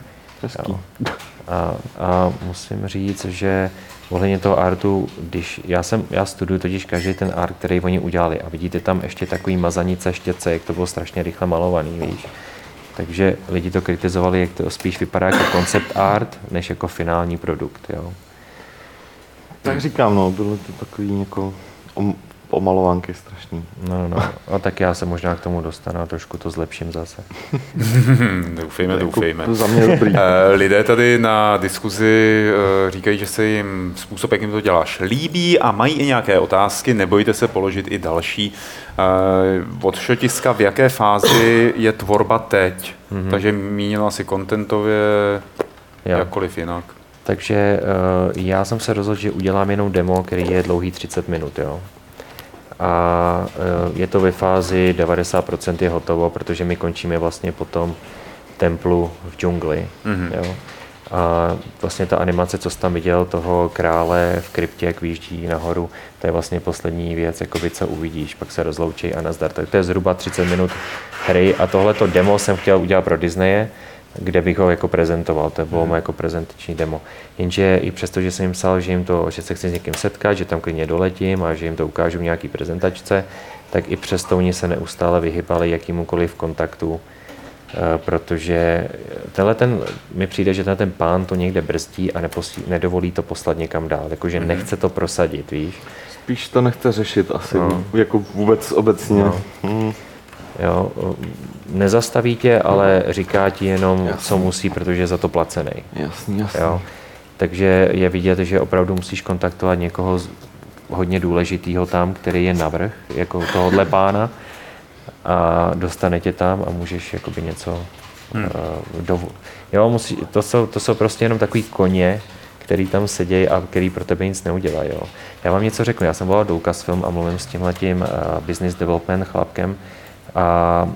A musím říct, že ohledně toho artu, když já studuju totiž každý ten art, který oni udělali a vidíte tam ještě takový mazanice, štětce, jak to bylo strašně rychle malovaný, víš. Takže lidi to kritizovali, jak to spíš vypadá jako concept art, než jako finální produkt. Jo. Tak říkám, no, bylo to takový jako omalovanky strašný. No. A tak já se možná k tomu dostanu a trošku to zlepším zase. Doufejme. To za mě dobrý. Lidé tady na diskuzi říkají, že se jim způsob, jakým to děláš, líbí a mají i nějaké otázky, nebojte se položit i další. Od Šotiska, v jaké fázi je tvorba teď? Takže mínila asi contentově, jakkoliv jinak. Takže já jsem se rozhodl, že udělám jenom demo, který je dlouhý 30 minut. Jo. A je to ve fázi 90% je hotovo, protože my končíme vlastně po tom templu v džungli. Jo. A vlastně ta animace, co jsi tam viděl, toho krále v kryptě, jak vyjíždí nahoru, to je vlastně poslední věc, jakoby, co uvidíš, pak se rozloučí a nazdar. Tak to je zhruba 30 minut hry a tohleto demo jsem chtěl udělat pro Disneye, kde bych ho jako prezentoval, to bylo moje jako prezentační demo. Jenže i přesto, že jsem jim psal, že se chci s někým setkat, že tam klidně doletím a že jim to ukážu v nějaký prezentačce, tak i přesto oni se neustále vyhybali jakýmukoliv kontaktu, protože mi přijde, že ten pán to někde brzdí a nedovolí to poslat někam dál, jakože nechce to prosadit, víš. Spíš to nechce řešit asi, jako vůbec obecně. Jo, nezastaví tě, ale říká ti jenom, co musí, protože je za to placený. Jasný. Jo. Takže je vidět, že opravdu musíš kontaktovat někoho hodně důležitého tam, který je navrch, jako tohohle pána, a dostane tě tam a můžeš jakoby něco to jsou prostě jenom takový koně, který tam sedějí a který pro tebe nic neudělají. Jo. Já vám něco řeknu, já jsem volal do Lucasfilm a mluvím s tímhletím business development chlapkem, a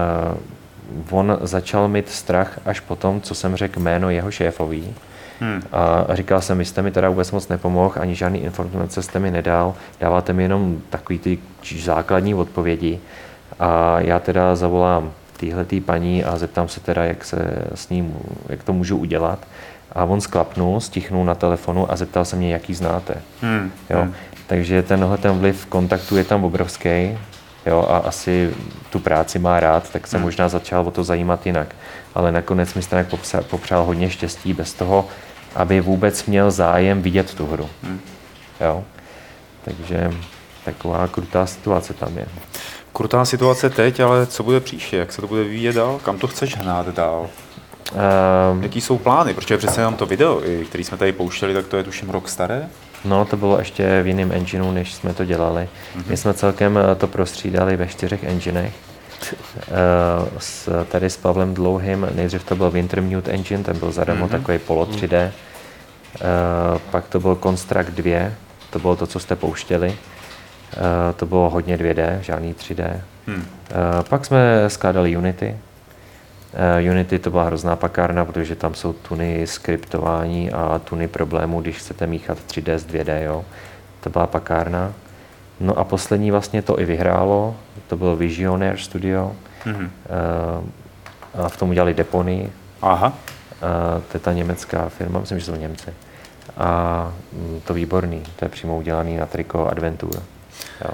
on začal mít strach až po tom, co jsem řekl jméno jeho šéfový. A říkal jsem, vy jste mi teda vůbec moc nepomohl, ani žádný informace jste mi nedal, dáváte mi jenom takový ty základní odpovědi. A já teda zavolám týhletý paní a zeptám se teda, jak to můžu udělat. A on sklapnul, stichnul na telefonu a zeptal se mě, jaký znáte. Jo? Takže ten vliv kontaktu je tam obrovský. Jo, a asi tu práci má rád, tak se možná začal o to zajímat jinak. Ale nakonec mi Stanek popřál hodně štěstí bez toho, aby vůbec měl zájem vidět tu hru. Jo? Takže taková krutá situace tam je. Krutá situace teď, ale co bude příště? Jak se to bude vyvíjet dál? Kam to chceš hnát dál? Jaký jsou plány? Protože přece jenom to video, který jsme tady pouštěli, tak to je tuším rok staré? No, to bylo ještě v jiném engineu, než jsme to dělali. My jsme celkem to prostřídali ve 4 enginech. Tady s Pavlem Dlouhým, nejdřív to byl Wintermute engine, ten byl zadarmo takový polo 3D. Pak to byl Construct 2, to bylo to, co jste pouštěli. To bylo hodně 2D, žádný 3D. Pak jsme skládali Unity. Unity to byla hrozná pakárna, protože tam jsou tuny skriptování a tuny problémů, když chcete míchat 3D s 2D, jo. To byla pakárna. No a poslední vlastně to i vyhrálo, to bylo Visionaire Studio. A v tom udělali Deponii. Aha. To je ta německá firma, myslím, že jsou Němci. A to výborný, to je přímo udělaný na triko Adventure. Jo.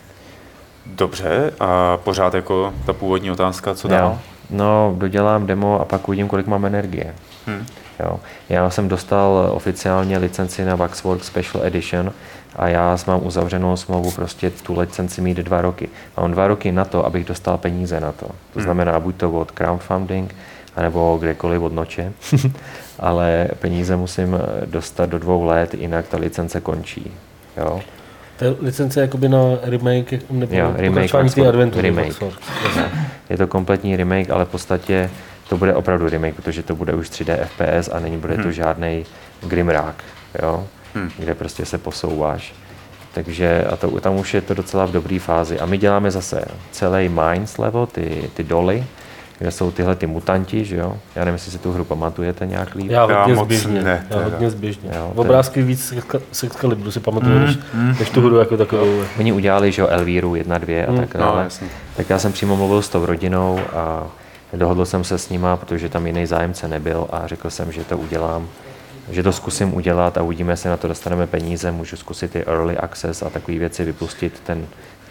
Dobře, a pořád jako ta původní otázka, co dál? No, dodělám demo a pak uvidím, kolik mám energie. Jo. Já jsem dostal oficiálně licenci na Waxworks Special Edition a já mám uzavřenou smlouvu prostě tu licenci mít 2 roky. Mám 2 roky na to, abych dostal peníze na to. To znamená buď to od crowdfunding, anebo kdekoliv od noče, ale peníze musím dostat do 2 let, jinak ta licence končí. Jo. To je licence jakoby na remake, nebo pokračování té adventury. Remake. Je to kompletní remake, ale v podstatě to bude opravdu remake, protože to bude už 3D FPS a není bude to žádnej Grimrock, jo? Kde prostě se posouváš. Takže tam už je to docela v dobré fázi. A my děláme zase celý Mines level, ty doly, kde jsou tyhle ty mutanti, že jo? Já nevím, jestli si tu hru pamatujete nějak líp. Já hodně zběžně. Obrázky víc z Excaliburu si pamatuju, než tu hru jako takovou. Oni udělali, že jo, Elvíru 1, 2 a tak dále. Tak já jsem přímo mluvil s tou rodinou a dohodl jsem se s nima, protože tam jiný zájemce nebyl a řekl jsem, že to udělám, že to zkusím udělat a uvidíme, jestli na to dostaneme peníze, můžu zkusit i early access a takové věci vypustit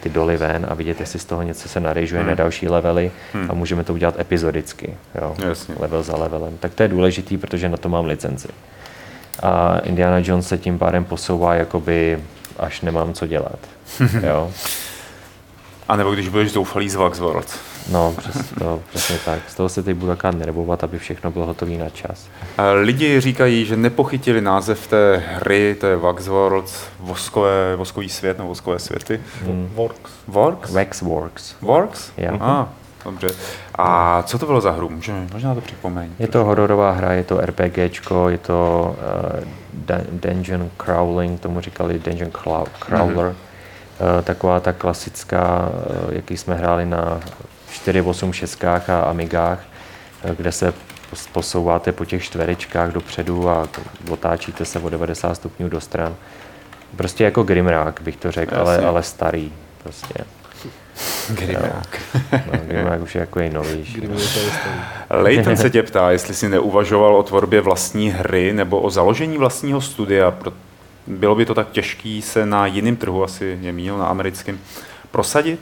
ty doly ven a vidět, jestli z toho něco se narejžuje na další levely a můžeme to udělat epizodicky, jo? Level za levelem. Tak to je důležitý, protože na to mám licenci. A Indiana Jones se tím pádem posouvá, jakoby až nemám co dělat. Jo? A nebo když budeš zoufalý z Waxworld. No, přesně tak. Z toho se teď budu taká nervovat, aby všechno bylo hotové na čas. Lidi říkají, že nepochytili název té hry, to je Waxworld, voskový svět nebo voskové světy. Waxworks. Works? Yeah. Dobře. A co to bylo za hru? Možná to připomeň. Je to hororová hra, je to RPGčko, je to dungeon crawling, tomu říkali dungeon crawler. Taková ta klasická, jaký jsme hráli na 486 a Amigách, kde se posouváte po těch čtverečkách dopředu a otáčíte se o 90 stupňů do stran. Prostě jako Grimrock bych to řekl, ale starý prostě. Grimrock. No, Grimrock už je jako novější. Leighton se tě ptá, jestli jsi neuvažoval o tvorbě vlastní hry nebo o založení vlastního studia. Bylo by to tak těžký se na jiném trhu, asi je mínil, na americkém, prosadit?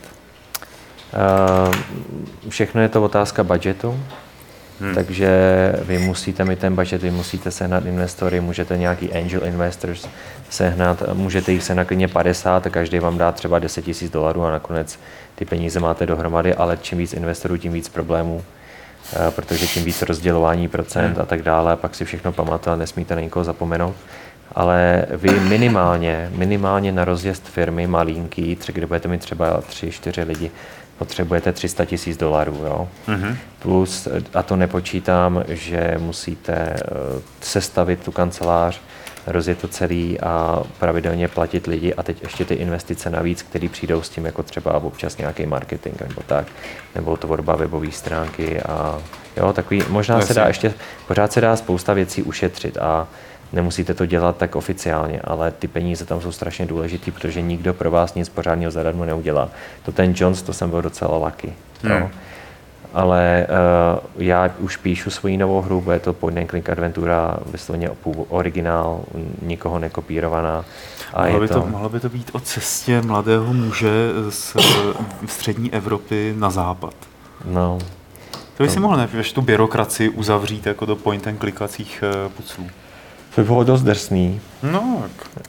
Všechno je to otázka budgetu. Takže vy musíte mít ten budget, vy musíte sehnat investory, můžete nějaký angel investors sehnat, můžete jich sehnat klidně 50 a každý vám dá třeba $10,000 a nakonec ty peníze máte dohromady, ale čím víc investorů, tím víc problémů, protože tím víc rozdělování procent a tak dále, a pak si všechno pamatujete, nesmíte na nikoho zapomenout. Ale vy minimálně na rozjezd firmy malinký, kde budete mít třeba 3-4 lidi, potřebujete $300,000, jo? Plus, a to nepočítám, že musíte sestavit tu kancelář, rozjet to celý a pravidelně platit lidi a teď ještě ty investice navíc, které přijdou s tím, jako třeba občas nějaký marketing nebo tak, nebo tvorba webové stránky a jo, takový, možná se dá ještě, pořád se dá spousta věcí ušetřit a nemusíte to dělat tak oficiálně, ale ty peníze tam jsou strašně důležitý, protože nikdo pro vás nic pořádného zadarmo neudělá. To ten Jones, to jsem byl docela lucky. No. Ale já už píšu svoji novou hru, bude to Point and Click adventura, vysloveně originál, nikoho nekopírovaná. A mohlo by to být o cestě mladého muže z střední Evropy na západ. No. To by si mohl než tu byrokracii uzavřít jako do point and clickacích puclů. To by bylo dost drsný. No,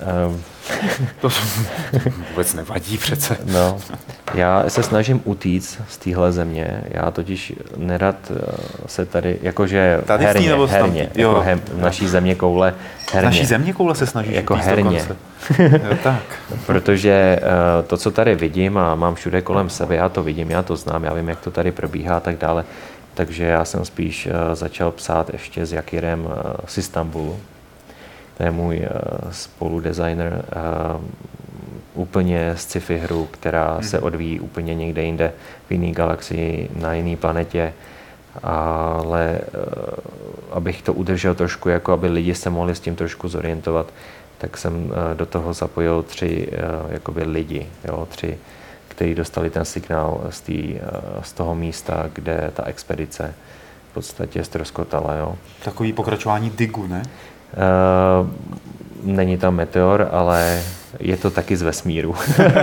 to vůbec nevadí přece. No, já se snažím utíct z téhle země. Já totiž nerad se tady, jakože tady herně, jako naší země koule herně. Naší země koule se snažíš jako herně. Jo, tak. Protože to, co tady vidím a mám všude kolem sebe, já to vidím, já to znám, já vím, jak to tady probíhá a tak dále. Takže já jsem spíš začal psát ještě s Jakirem z Istanbulu. To je můj spoludesigner, úplně z sci-fi hru, která se odvíjí úplně někde jinde, v jiné galaxii, na jiné planetě. Ale abych to udržel trošku, jako aby lidi se mohli s tím trošku zorientovat, tak jsem do toho zapojil 3 jakoby lidi, jo, 3, kteří dostali ten signál z toho místa, kde ta expedice v podstatě ztroskotala. Jo. Takový pokračování Digu, ne? Není tam meteor, ale je to taky z vesmíru.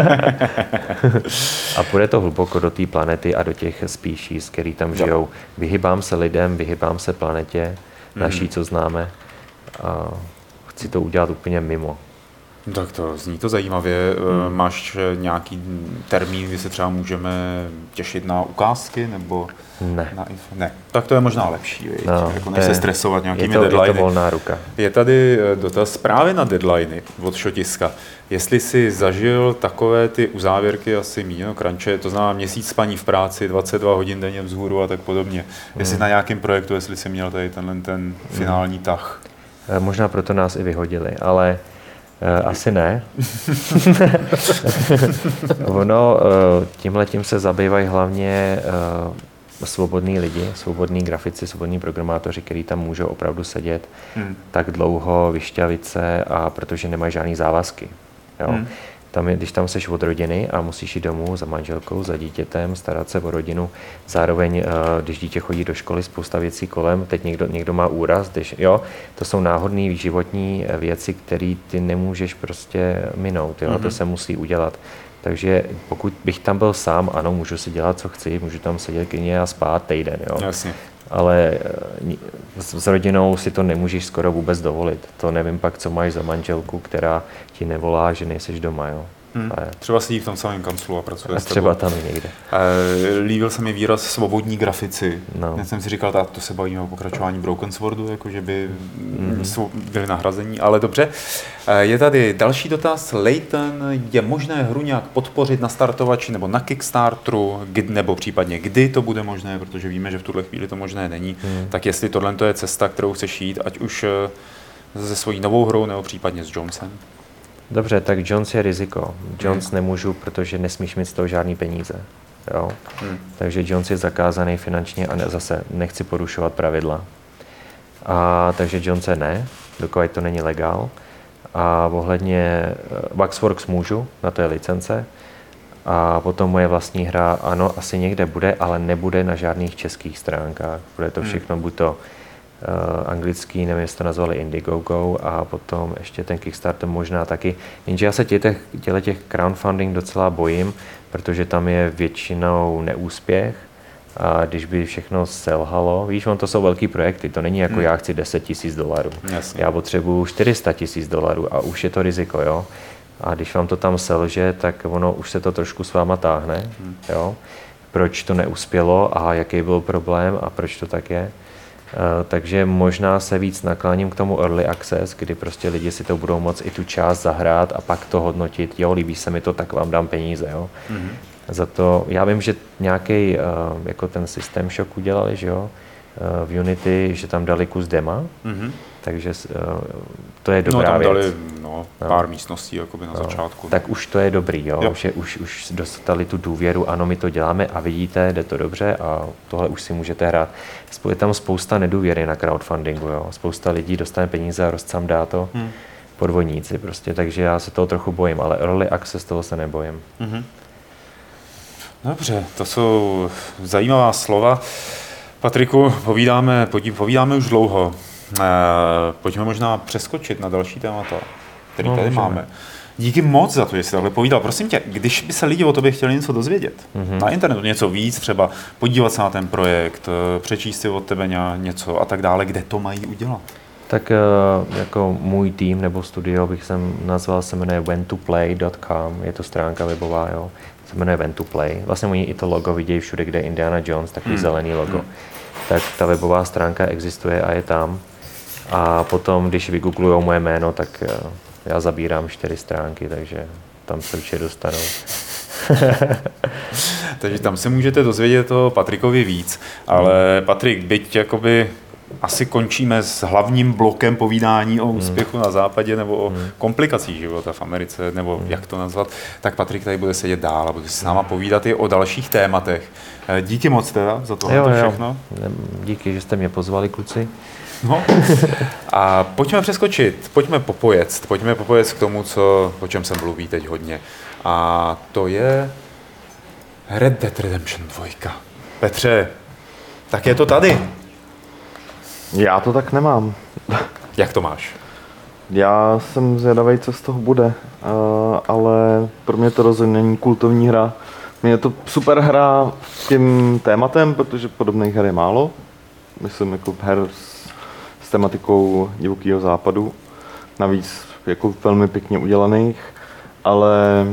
A půjde to hluboko do té planety a do těch species, který tam žijou. Vyhybám se lidem, vyhybám se planetě naší, co známe. A chci to udělat úplně mimo. Tak to zní to zajímavě. Máš nějaký termín, kdy se třeba můžeme těšit na ukázky, nebo ne. Tak to je možná lepší, jako než se stresovat nějakými deadliny. Je to volná ruka. Je tady dotaz právě na deadliny od Šotiska. Jestli jsi zažil takové ty uzávěrky, asi mínil crunche, to znamená měsíc spaní v práci, 22 hodin denně vzhůru a tak podobně. Jestli na nějakém projektu, jestli jsi měl tady ten finální tah. Možná proto nás i vyhodili, ale asi ne. Ono, tímhletím se zabývají hlavně svobodní lidi, svobodní grafici, svobodní programátoři, kteří tam můžou opravdu sedět tak dlouho, vyšťavit se, a protože nemají žádný závazky. Jo? Když tam seš od rodiny a musíš jít domů za manželkou, za dítětem, starat se o rodinu, zároveň, když dítě chodí do školy, spousta věcí kolem, teď někdo má úraz, to jsou náhodné životní věci, které ty nemůžeš prostě minout, jo? To se musí udělat. Takže pokud bych tam byl sám, ano, můžu si dělat, co chci, můžu tam sedět klidně a spát týden, jo. Jasně. Ale s rodinou si to nemůžeš skoro vůbec dovolit. To nevím pak, co máš za manželku, která ti nevolá, že nejseš doma, jo. Třeba sedí v tom samém kanclu a pracuje a s tebou. třeba tam někde. Líbil se mi výraz svobodní grafici. No. Já jsem si říkal, to se bavíme o pokračování Broken Swordu, jako že by byli nahrazení, ale dobře. Je tady další dotaz. Layton, je možné hru nějak podpořit na startovači nebo na Kickstarteru, nebo případně kdy to bude možné, protože víme, že v tuhle chvíli to možné není. Tak jestli tohle je cesta, kterou chceš jít, ať už se svojí novou hrou nebo případně s Jonesem? Dobře, tak Jones je riziko. Jones nemůžu, protože nesmíš mít z toho žádný peníze. Jo? Takže Jones je zakázaný finančně a zase nechci porušovat pravidla. Takže Jonese ne, dokud to není legál. A ohledně Waxworks můžu, na to je licence. A potom moje vlastní hra, ano, asi někde bude, ale nebude na žádných českých stránkách. Bude to všechno buď to anglický, nevím, jestli to nazvali Indiegogo, a potom ještě ten Kickstarter možná taky. Jenže já se těch crowdfunding docela bojím, protože tam je většinou neúspěch a když by všechno selhalo, víš, to jsou velký projekty, to není jako já chci $10,000. Jasně. Já potřebuju $400,000 a už je to riziko, jo. A když vám to tam selže, tak ono už se to trošku s váma táhne, jo. Proč to neuspělo a jaký byl problém a proč to tak je. Takže možná se víc nakláním k tomu early access, kdy prostě lidi si to budou moct i tu část zahrát a pak to hodnotit. Jo, líbí se mi to, tak vám dám peníze. Jo. Za to, já vím, že nějaký jako ten System Shock udělali, že jo, v Unity, že tam dali kus dema, takže to je dobrá tam věc. Dali pár místností jakoby na začátku. Tak už to je dobrý, jo. Že už dostali tu důvěru, ano, my to děláme a vidíte, jde to dobře a tohle už si můžete hrát. Je tam spousta nedůvěry na crowdfundingu, jo. Spousta lidí dostane peníze a rozcam dá to. Podvodníci prostě, takže já se toho trochu bojím, ale early access toho se nebojím. Dobře, to jsou zajímavá slova. Patriku, povídáme už dlouho. Pojďme možná přeskočit na další témata, který tady máme. Díky moc za to, že jsi takhle povídal. Prosím tě, když by se lidi o tobě chtěli něco dozvědět, na internetu něco víc, třeba podívat se na ten projekt, přečíst si od tebe něco a tak dále, kde to mají udělat? Tak jako můj tým nebo studio bych nazval, se jmenuje whentoplay.com, je to stránka webová, jo. Se jmenuje When2Play. Vlastně oni i to logo vidějí všude, kde je Indiana Jones, takový zelený logo. Tak ta webová stránka existuje a je tam. A potom, když vygooglujou moje jméno, tak já zabírám 4 stránky, takže tam se určitě dostanou. Takže tam se můžete dozvědět o Patrikovi víc, ale Patrik, byť jakoby asi končíme s hlavním blokem povídání o úspěchu na západě nebo o komplikacích života v Americe, nebo jak to nazvat, tak Patrik tady bude sedět dál a bude si s náma povídat i o dalších tématech. Díky moc teda za tohle všechno. Díky, že jste mě pozvali, kluci. No. A pojďme přeskočit, pojďme popojet k tomu, o čem se mluví teď hodně. A to je Red Dead Redemption 2. Petře, tak je to tady. Já to tak nemám. Jak to máš? Já jsem zvědavý, co z toho bude, ale pro mě to rozhodně není kultovní hra. Mně je to super hra s tím tématem, protože podobných her je málo. Myslím jako her s tematikou divokého západu. Navíc jako velmi pěkně udělaných, ale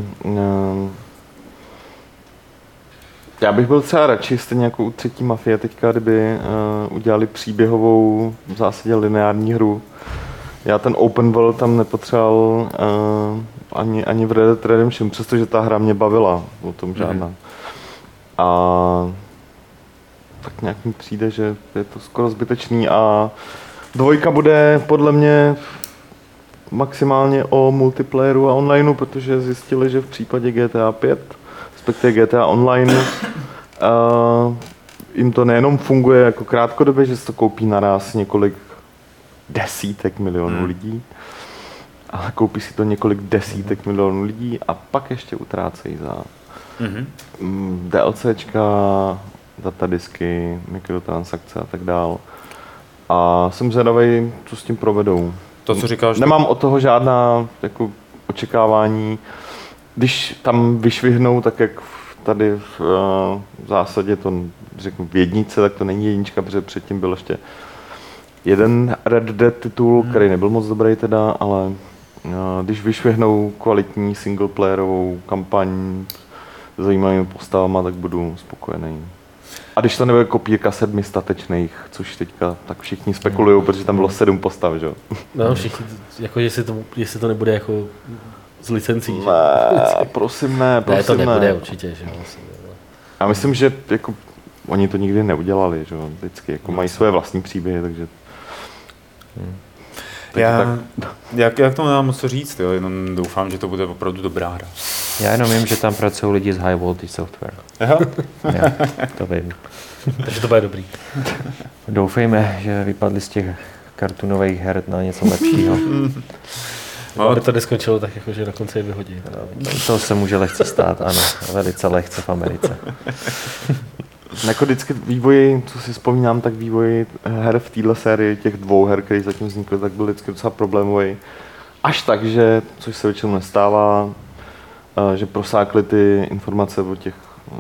já bych byl třeba radši, stejně jako u třetí Mafie teďka, kdyby udělali příběhovou, v zásadě lineární hru. Já ten open world tam nepotřeboval ani v Red Dead Redemption, přestože ta hra mě bavila, o tom žádná. A tak nějak mi přijde, že je to skoro zbytečný a 2 bude podle mě maximálně o multiplayeru a onlineu, protože zjistili, že v případě GTA 5, respektive GTA Online, jim to nejenom funguje jako krátkodobě, že se to koupí naraz několik desítek milionů lidí, ale koupí si to několik desítek milionů lidí a pak ještě utrácejí za DLCčka, datadisky, mikrotransakce a tak dál. A jsem zvědavý, co s tím provedou. To, co říkáš... Nemám od toho žádná jako očekávání. když tam vyšvihnou, tak jak tady v zásadě to řeknu v jedničce, tak to není jednička, protože předtím byl ještě jeden Red Dead titul, který nebyl moc dobrý teda, ale když vyšvihnou kvalitní singleplayerovou kampaň s zajímavými postavama, tak budu spokojený. A když to nebude kopírka 7 statečných, což teďka tak všichni spekulují, protože tam bylo 7 postav, že jo? No, všichni, jako jestli to nebude jako z licencí. Ne, prosím ne. Ne, to nebude určitě, že jo. Já myslím, že jako oni to nikdy neudělali, že jo, vždycky jako mají své vlastní příběhy, takže... Jak to mám co říct, jo? Jenom doufám, že to bude opravdu dobrá hra. Já jenom vím, že tam pracují lidi z High Voltage Software. Aha. Já, to vím. Takže to bude dobrý. Doufejme, že vypadli z těch kartunových her na něco lepšího. Aby to neskončilo tak, jako, že na konci je vyhodí. To se může lehce stát, ano. Velice lehce v Americe. Jako vždycky vývoji, co si vzpomínám, tak vývoj her v téhle sérii, těch 2 her, které zatím vznikly, tak byl vždycky docela problémový. Až tak, že, což se většinou nestává, že prosákly ty informace o těch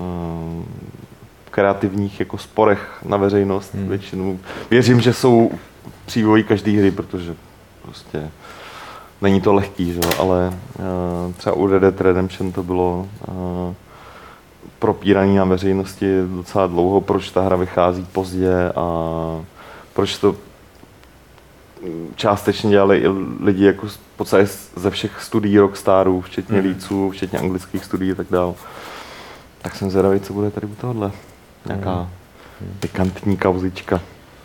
kreativních jako sporech na veřejnost. Většinou věřím, že jsou při vývoji každé hry, protože prostě není to lehký, že? Ale třeba u Red Dead Redemption to bylo propíraný na veřejnosti docela dlouho, proč ta hra vychází pozdě a proč to částečně dělali i lidi jako v podstatě ze všech studií Rockstarů, včetně líců, včetně anglických studií a tak dál. Tak jsem zvědavý, co bude tady u tohohle. Nějaká pikantní kauzička.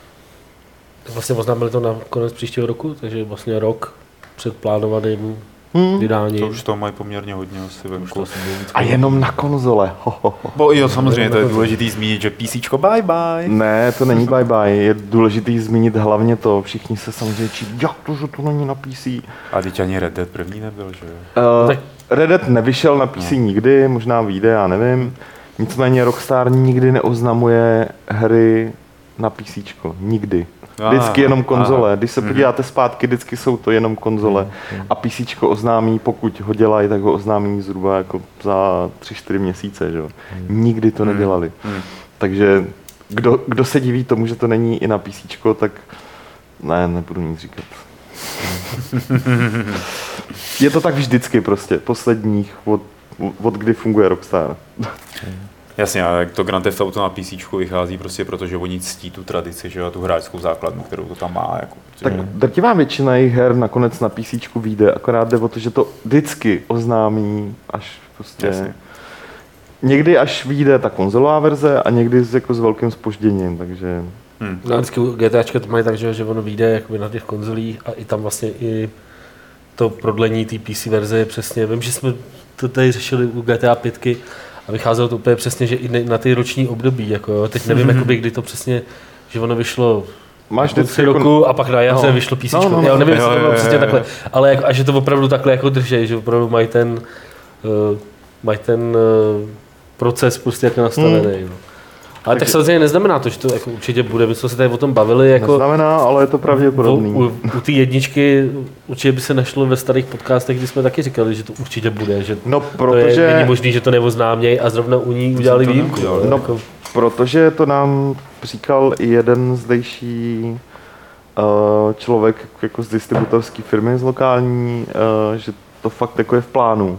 Tak vlastně oznámili to na konec příštího roku, takže vlastně rok před plánovaným vydáním. To už to mají poměrně hodně asi venku. A jenom na konzole. Bo jo, samozřejmě, to je důležitý zmínit, že PCčko bye bye. Ne, to není bye bye, je důležitý zmínit hlavně to, všichni se samozřejmě čí, jak to, že to není na PC. A teď ani Red Dead první nebyl, že jo? Tak Red Dead nevyšel na PC nikdy, možná vyjde, já nevím. Nicméně Rockstar nikdy neoznamuje hry na PCčko, nikdy. Vždycky jenom konzole. Když se podíváte zpátky, vždycky jsou to jenom konzole. A PCčko oznámí, pokud ho dělají, tak ho oznámí zhruba jako za 3-4 měsíce. Že? Nikdy to nedělali. Takže kdo se diví tomu, že to není i na PCčko, tak ne, nebudu nic říkat. Je to tak vždycky prostě, posledních, od kdy funguje Rockstar. Jasně, a to Grand Theft Auto na PCčku vychází prostě proto, že oni ctí tu tradici, že a tu hráčskou základnu, kterou to tam má. Jako, tak drtivá většina jejich her nakonec na PCčku vyjde, akorát jde o to, že to vždycky oznámí až prostě... Jasně. Někdy až vyjde ta konzolová verze a někdy jako s velkým zpožděním, takže... No, vždycky GTAčka to mají tak, že ono vyjde na těch konzolích a i tam vlastně i to prodlení té PC verze je přesně. Vím, že jsme to tady řešili u GTA 5 a vycházelo to úplně přesně, že i na ty roční období. Jako, teď nevím, jakoby, kdy to přesně, že ono vyšlo máš konci roku a pak na jaře vyšlo PC. Já nevím, jestli to bylo přesně takhle, ale jako, a že to opravdu takhle jako drží, že opravdu mají ten proces prostě jako nastavený. Ale tak samozřejmě neznamená to, že to jako určitě bude, my jsme se tady o tom bavili. Jako neznamená, ale je to pravděpodobný. U té jedničky určitě by se našlo ve starých podcastech, kdy jsme taky říkali, že to určitě bude, že protože není možný, že to neoznámějí a zrovna u ní udělali výjimku. No, jako... protože to nám říkal i jeden zdejší člověk jako z distributorské firmy z lokální, že to fakt jako je v plánu.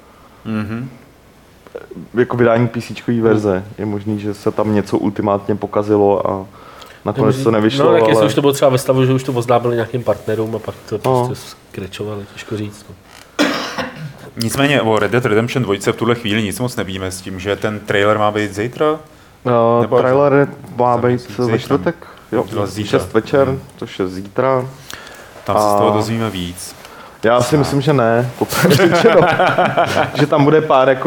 Jako vydání PCčkový verze. Je možný, že se tam něco ultimátně pokazilo a nakonec to nevyšlo. No tak jestli už to bylo třeba ve stavu, že už to oznámili nějakým partnerům a pak to prostě skrečovali, těžko říct. Nicméně o Red Dead Redemption 2 v tuhle chvíli nic moc nevíme s tím, že ten trailer má být zítra? Trailer má být ve čtvrtek, jo, 6 večer, což je zítra. Tam se z toho dozvíme víc. Já si myslím, že ne, že tam bude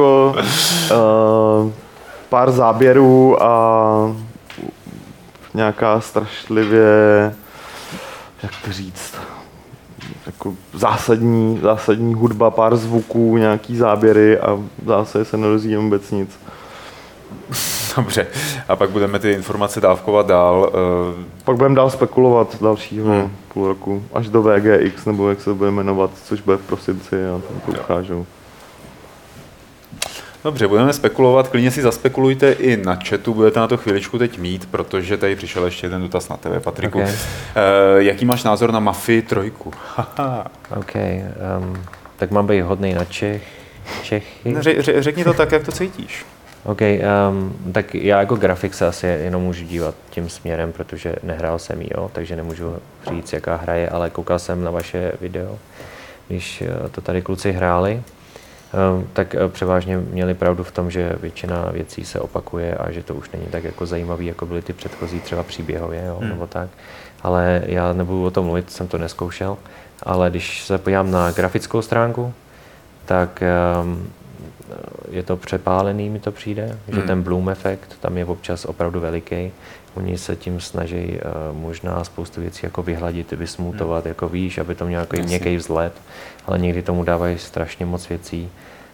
pár záběrů a nějaká strašlivě, jak to říct, jako zásadní hudba, pár zvuků, nějaký záběry a v zásadě se nedozvíme vůbec nic. Dobře, a pak budeme ty informace dávkovat dál. Pak budeme dál spekulovat dalšího půl roku, až do VGX, nebo jak se bude jmenovat, což bude v prosinci a tam to ukážou. Dobře, budeme spekulovat, klidně si zaspekulujte i na chatu, budete na to chviličku teď mít, protože tady přišel ještě jeden dotaz na tebe, Patriku. Okay. Jaký máš názor na Mafii 3? OK, tak mám být hodnej na Čechy. Řekni to tak, jak to cítíš. OK, tak já jako grafik se asi jenom můžu dívat tím směrem, protože nehrál jsem ji, takže nemůžu říct, jaká hra je, ale koukal jsem na vaše video, když to tady kluci hráli, tak převážně měli pravdu v tom, že většina věcí se opakuje a že to už není tak jako zajímavý, jako byly ty předchozí třeba příběhově, nebo tak. Ale já nebudu o tom mluvit, jsem to neskoušel, ale když se podívám na grafickou stránku, tak je to přepálený, mi to přijde, že ten bloom efekt tam je občas opravdu veliký. Oni se tím snaží možná spoustu věcí jako vyhladit, vysmutovat, jako víš, aby to měl jako měkký vzhled, ale někdy tomu dávají strašně moc věcí.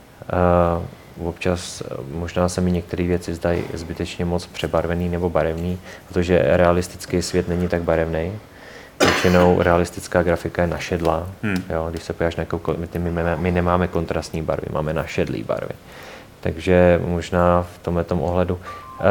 Občas možná se mi některé věci zdají zbytečně moc přebarvený nebo barevný, protože realistický svět není tak barevný. Většinou realistická grafika je našedlá. Jo, když se podíváš na my nemáme kontrastní barvy, máme našedlý barvy. Takže možná v tomhletom ohledu.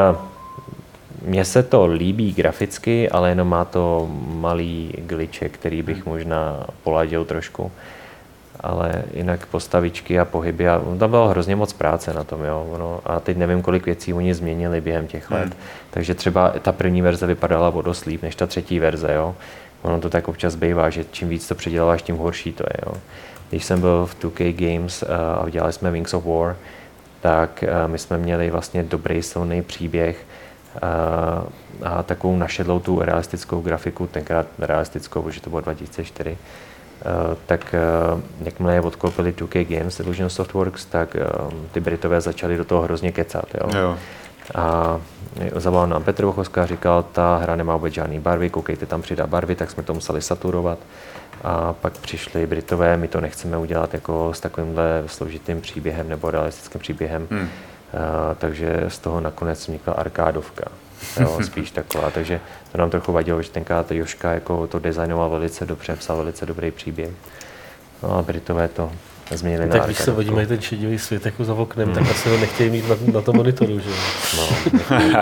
Mně se to líbí graficky, ale jenom má to malý glitche, který bych možná poladil trošku. Ale jinak postavičky a pohyby, tam bylo hrozně moc práce na tom, jo. A teď nevím, kolik věcí oni změnili během těch let. Takže třeba ta první verze vypadala o dost líp než ta třetí verze, jo. Ono to tak občas bývá, že čím víc to předěláváš, tím horší to je, jo. Když jsem byl v 2K Games a dělali jsme Wings of War, tak my jsme měli vlastně dobrý, silný příběh a takovou našedlou tu realistickou grafiku, tenkrát realistickou, protože to bylo 2004, tak jakmile je odkoupili 2K Games, Illusion Softworks, tak ty Britové začali do toho hrozně kecat, jo. A zavolal nám Petr Vochoska a říkal, ta hra nemá vůbec žádný barvy, koukejte, tam přidá barvy, tak jsme to museli saturovat. A pak přišli Britové, my to nechceme udělat jako s takovýmhle složitým příběhem nebo realistickým příběhem. Takže z toho nakonec vznikla arkádovka. Jo, spíš taková, takže to nám trochu vadilo, že tenkrát Joška jako to designoval velice dobře, psal velice dobrý příběh. No a Britové to změnili na tak když se vodí, mají ten šedivý svět jako za oknem, tak asi ho nechtějí mít na tom monitoru, že jo? No,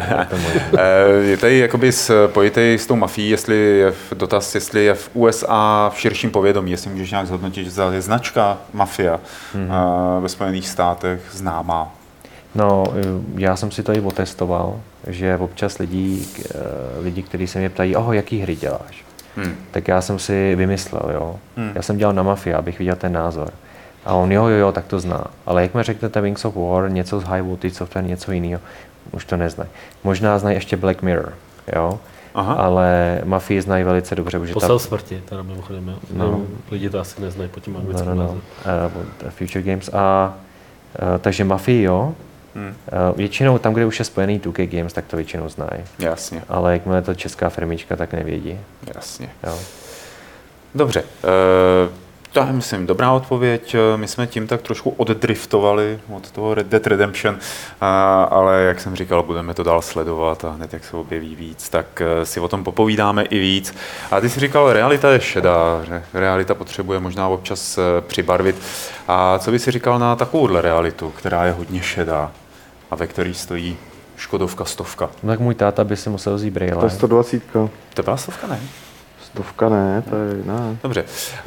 je tady jakoby spojitý s tou mafií, jestli je v USA v širším povědomí, jestli můžeš nějak zhodnotit, že je značka Mafia ve Spojených státech známá. No, já jsem si to i otestoval, že občas lidi, kteří se mě ptají, jaký hry děláš, tak já jsem si vymyslel, jo. Já jsem dělal na Mafii, abych viděl ten názor. A on jo, tak to zná. Ale jak mi řeknete Wings of War, něco z High Voltage Software, něco jiného, už to neznají. Možná znají ještě Black Mirror, jo. Ale Mafii znají velice dobře. Posel smrti, teda mimochodem, jo. No. Lidi to asi neznají po těm anglickým názvem. Future Games takže Mafii, jo. Většinou tam, kde už je spojený 2K Games, tak to většinou znají. Jasně. Ale jakmile je to česká firmička, tak nevědí. Jasně. Jo. Dobře. To je, myslím, dobrá odpověď. My jsme tím tak trošku oddriftovali od toho Red Dead Redemption, ale jak jsem říkal, budeme to dál sledovat a hned jak se objeví víc, tak si o tom popovídáme i víc. A ty jsi říkal, realita je šedá, že realita potřebuje možná občas přibarvit. A co by si říkal na takovouhle realitu, která je hodně šedá a ve které stojí Škodovka 100? No tak můj táta by si musel vzít brýle. To je 120. To byla 100, ne? 100 ne, to je jiná. Dobře.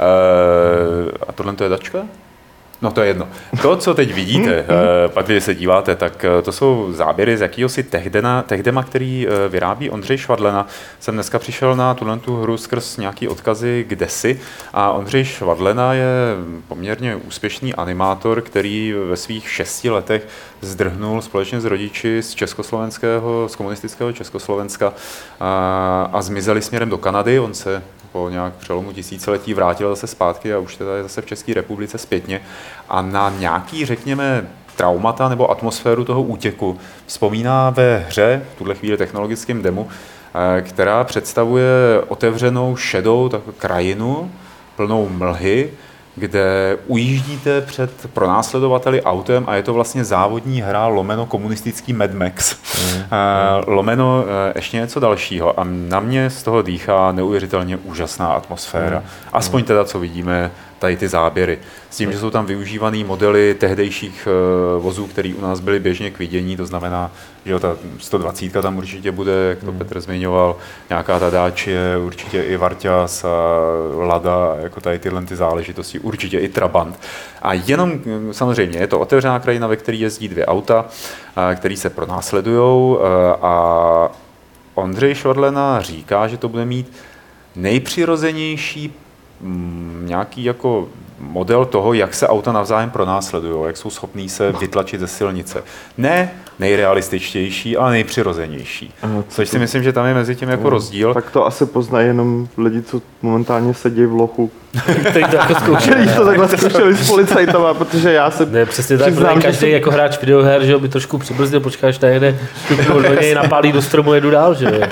A tohle to je dačka? No to je jedno. To, co teď vidíte, pak když se díváte, tak to jsou záběry z jakýhosi Techdema, který vyrábí Ondřej Švadlena. Jsem dneska přišel na tu hru skrz nějaký odkazy kdesi a Ondřej Švadlena je poměrně úspěšný animátor, který ve svých 6 letech zdrhnul společně s rodiči z komunistického Československa a zmizeli směrem do Kanady. On se po nějak přelomu tisíciletí vrátil zase zpátky a už teda je zase v České republice zpětně. A na nějaký, řekněme, traumata nebo atmosféru toho útěku vzpomíná ve hře, v tuhle chvíli technologickém demu, která představuje otevřenou šedou krajinu plnou mlhy, kde ujíždíte před pronásledovateli autem a je to vlastně závodní hra lomeno komunistický Mad Max. Lomeno ještě něco dalšího a na mě z toho dýchá neuvěřitelně úžasná atmosféra. Aspoň teda, co vidíme tady ty záběry. S tím, že jsou tam využívaný modely tehdejších vozů, které u nás byly běžně k vidění, to znamená, že ta 120 tam určitě bude, jak to Petr zmiňoval, nějaká ta Dacia, určitě i Varťas a Lada, jako tady tyhle ty záležitosti, určitě i Trabant. A jenom samozřejmě je to otevřená krajina, ve které jezdí 2 auta, které se pronásledujou a Ondřej Švadlena říká, že to bude mít nejpřirozenější nějaký jako model toho, jak se auta navzájem pronásledují, jak jsou schopní se vytlačit ze silnice. Ne nejrealističtější, ale nejpřirozenější. Což si myslím, že tam je mezi tím jako rozdíl. Tak to asi poznají jenom lidi, co momentálně sedí v lochu. Teď to jako zkoušeli. Když to takhle zkoušeli s policajtama, protože já se Ne, přesně tak, přiznám, každý že jako hráč videoher, že jo, by trošku přibrzdil, počkáš, tady jede, šupnu do něj, napálí do stromu, jedu dál, že jo.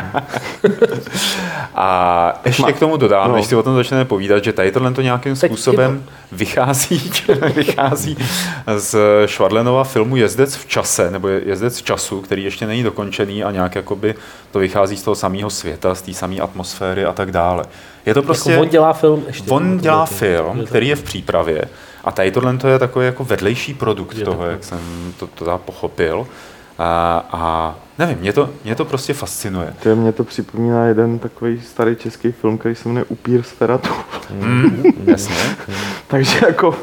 A ještě k tomu dodám, než si o tom začneme povídat, že tady tohle to nějakým způsobem vychází z Švadlenova filmu Jezdec v čase, nebo Jezdec v času, který ještě není dokončený a nějak jakoby to vychází z toho samého světa, z té samé atmosféry a tak dále. Je to prostě... Jako on dělá film ještě. On dělá film, který je v přípravě a tady tohle to je takový jako vedlejší produkt toho, jak jsem to pochopil. A nevím, mě to prostě fascinuje. Mě to připomíná jeden takový starý český film, který se jmenuje Upír z Feratu. Jasně. Takže jako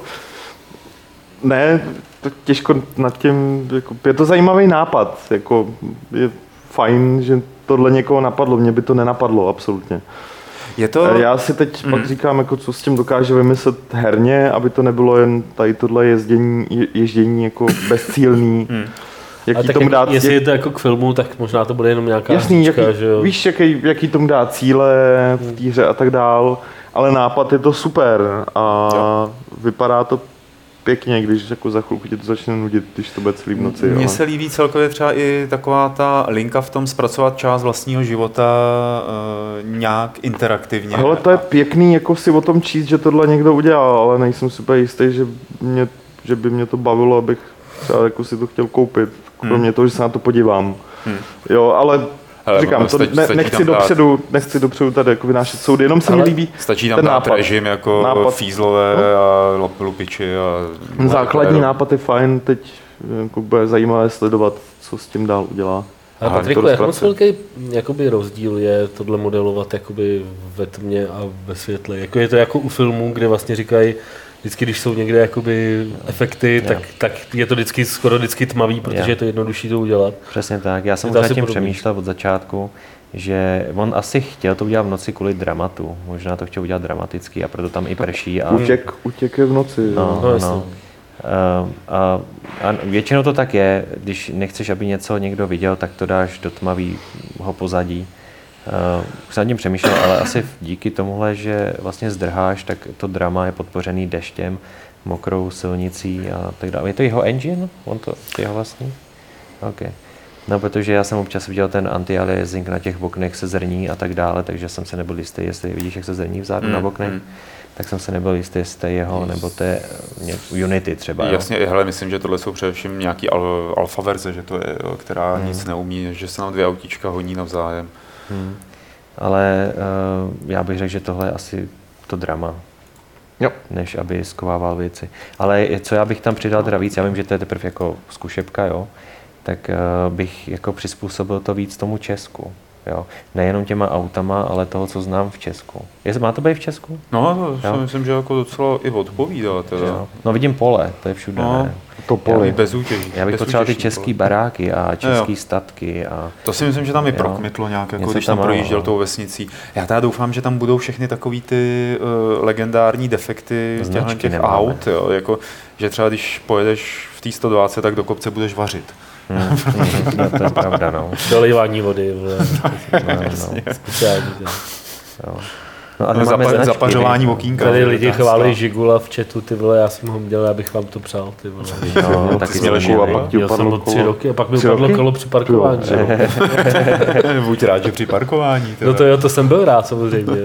ne, to těžko nad tím, jako, je to zajímavý nápad, jako je fajn, že tohle někoho napadlo, mě by to nenapadlo absolutně. Je to... Já si teď pak říkám, jako, co s tím dokáže vymyslet herně, aby to nebylo jen tady tohle ježdění jako bezcílný. A tak tomu dát, jestli je to jako k filmu, tak možná to bude jenom nějaká jasný, hříčka, že jo? Víš, jaký tomu dá cíle v té hře a tak dál, ale nápad je to super a vypadá to pěkně, když jako za chvilku tě to začne nudit, když to bude celý v noci. Mně se líbí celkově třeba i taková ta linka v tom zpracovat část vlastního života nějak interaktivně. Ale to je pěkný jako si o tom číst, že tohle někdo udělal, ale nejsem super jistý, že by mě to bavilo, abych třeba jako si to chtěl koupit, kromě toho, že se na to podívám. Jo, ale říkám, to nechci dopředu tady jako vynášet soudy, jenom se mi líbí stačí tam dát režim jako fízlové a lupiči. Základní nápad je fajn, teď jako bude zajímavé sledovat, co s tím dál udělá. Ale Patriku, jak moc velký jakoby rozdíl je tohle modelovat jakoby ve tmě a ve světle? Jako je to jako u filmů, kde vlastně říkají, vždycky, když jsou někde jakoby efekty, tak je to skoro vždycky tmavý, protože je to jednodušší to udělat. Přesně tak. Já jsem nad tím přemýšlel od začátku, že on asi chtěl to udělat v noci kvůli dramatu. Možná to chtěl udělat dramaticky a proto tam i prší. A... Útěk je v noci. No. A většinou to tak je, když nechceš, aby něco někdo viděl, tak to dáš do tmavého pozadí. Už jsem nad tím přemýšlel, ale asi díky tomuhle, že vlastně zdrháš, tak to drama je podpořený deštěm, mokrou silnicí a tak dále. Je to jeho engine? Jeho vlastní? OK. No, protože já jsem občas viděl ten anti-aliasing na těch oknech se zrní a tak dále, takže jsem se nebyl jistý, jestli vidíš, jak se zrní vzadu na oknech, tak jsem se nebyl jistý, jestli to je jeho, nebo to je Unity třeba. Jasně, hele, myslím, že tohle jsou především nějaký alfa verze, že to je, která nic neumí, že se nám 2 autíčka honí navzájem. Ale já bych řekl, že tohle je asi to drama, než aby skovával věci. Ale co já bych tam přidal teda víc, já vím, že to je teprve jako zkušebka, jo, tak bych jako přizpůsobil to víc tomu Česku. Jo. Nejenom těma autama, ale toho, co znám v Česku. Má to být v Česku? No, to si myslím, že jako docela i odpovídá. Teda. No vidím pole, to je všude. Ne? To pole. Bez útěží. Já bych potřeboval ty český baráky a český statky. A... To si myslím, že tam i prokmitlo nějak, jako když tam projížděl tou vesnicí. Já teda doufám, že tam budou všechny takový ty legendární defekty těch aut. Jo, jako, že třeba když pojedeš v té 120, tak do kopce budeš vařit. To je pravda, no. Dolejvání vody. No a zapařování okýnka. Tady lidi chválí Žigula v chatu, ty vole, já jsem ho dělal, abych vám to přál, ty vole. No, taky měl jsem 3 roky a pak mi upadlo kolo při parkování. Buď rád, že při parkování. No to jsem byl rád, samozřejmě.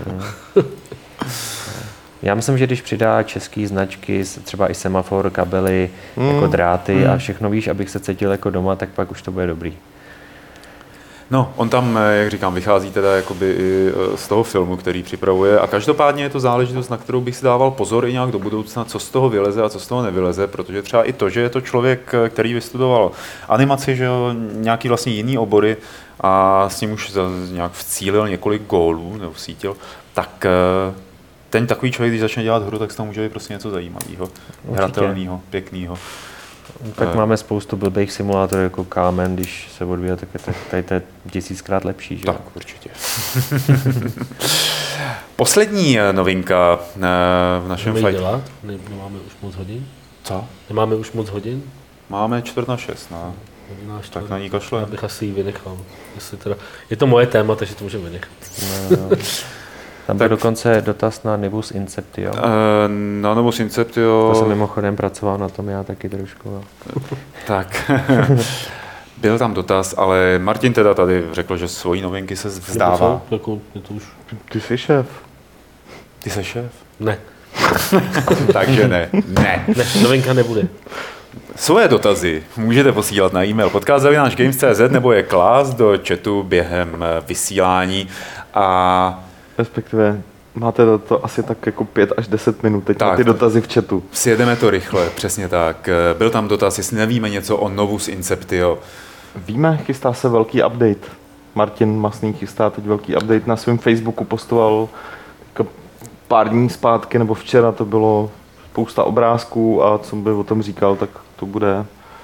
Já myslím, že když přidá český značky, třeba i semafor, kabely, jako dráty a všechno, víš, abych se cítil jako doma, tak pak už to bude dobrý. No, on tam, jak říkám, vychází teda jakoby i z toho filmu, který připravuje a každopádně je to záležitost, na kterou bych si dával pozor i nějak do budoucna, co z toho vyleze a co z toho nevyleze, protože třeba i to, že je to člověk, který vystudoval animaci, že jo, nějaký vlastně jiný obory a s ním už nějak vcílil několik gólů, nebo vsítil, tak ten takový člověk, když začne dělat hru, tak z toho může být prostě něco zajímavého, hratelného, pěkného. Tak máme spoustu blbých simulátorů jako kámen, když se odvíjí, tak tady to je 1000krát lepší, že? Tak, určitě. Poslední novinka v našem Můžeme fajtu. dělat? Nemáme už moc hodin? Co? Nemáme už moc hodin? Máme 5:45, no. Tak na ní kašle. Já bych asi ji vynechal. Je to moje téma, takže to můžeme vynechat. No. Tam byl dokonce dotaz na Nibus Inceptio. Na Nibus Inceptio. To jsem mimochodem pracoval na tom já taky trošku. Tak. Byl tam dotaz, ale Martin teda tady řekl, že svojí novinky se vzdává. Je to už... Ty jsi šéf. Ty jsi šéf? Ne. Takže ne. Ne, novinka nebude. Svoje dotazy můžete posílat na e-mail podcast@games.cz nebo je klást do chatu během vysílání a Respektive máte to asi tak jako 5 až 10 minut teď Tak, na ty dotazy v chatu. sjedeme to rychle, přesně tak. Byl tam dotaz, jestli nevíme něco o Novus Inceptio. Víme, chystá se velký update. Martin Masný chystá teď velký update. Na svém Facebooku postoval jako pár dní zpátky, nebo včera to bylo spousta obrázků a co by o tom říkal, tak to bude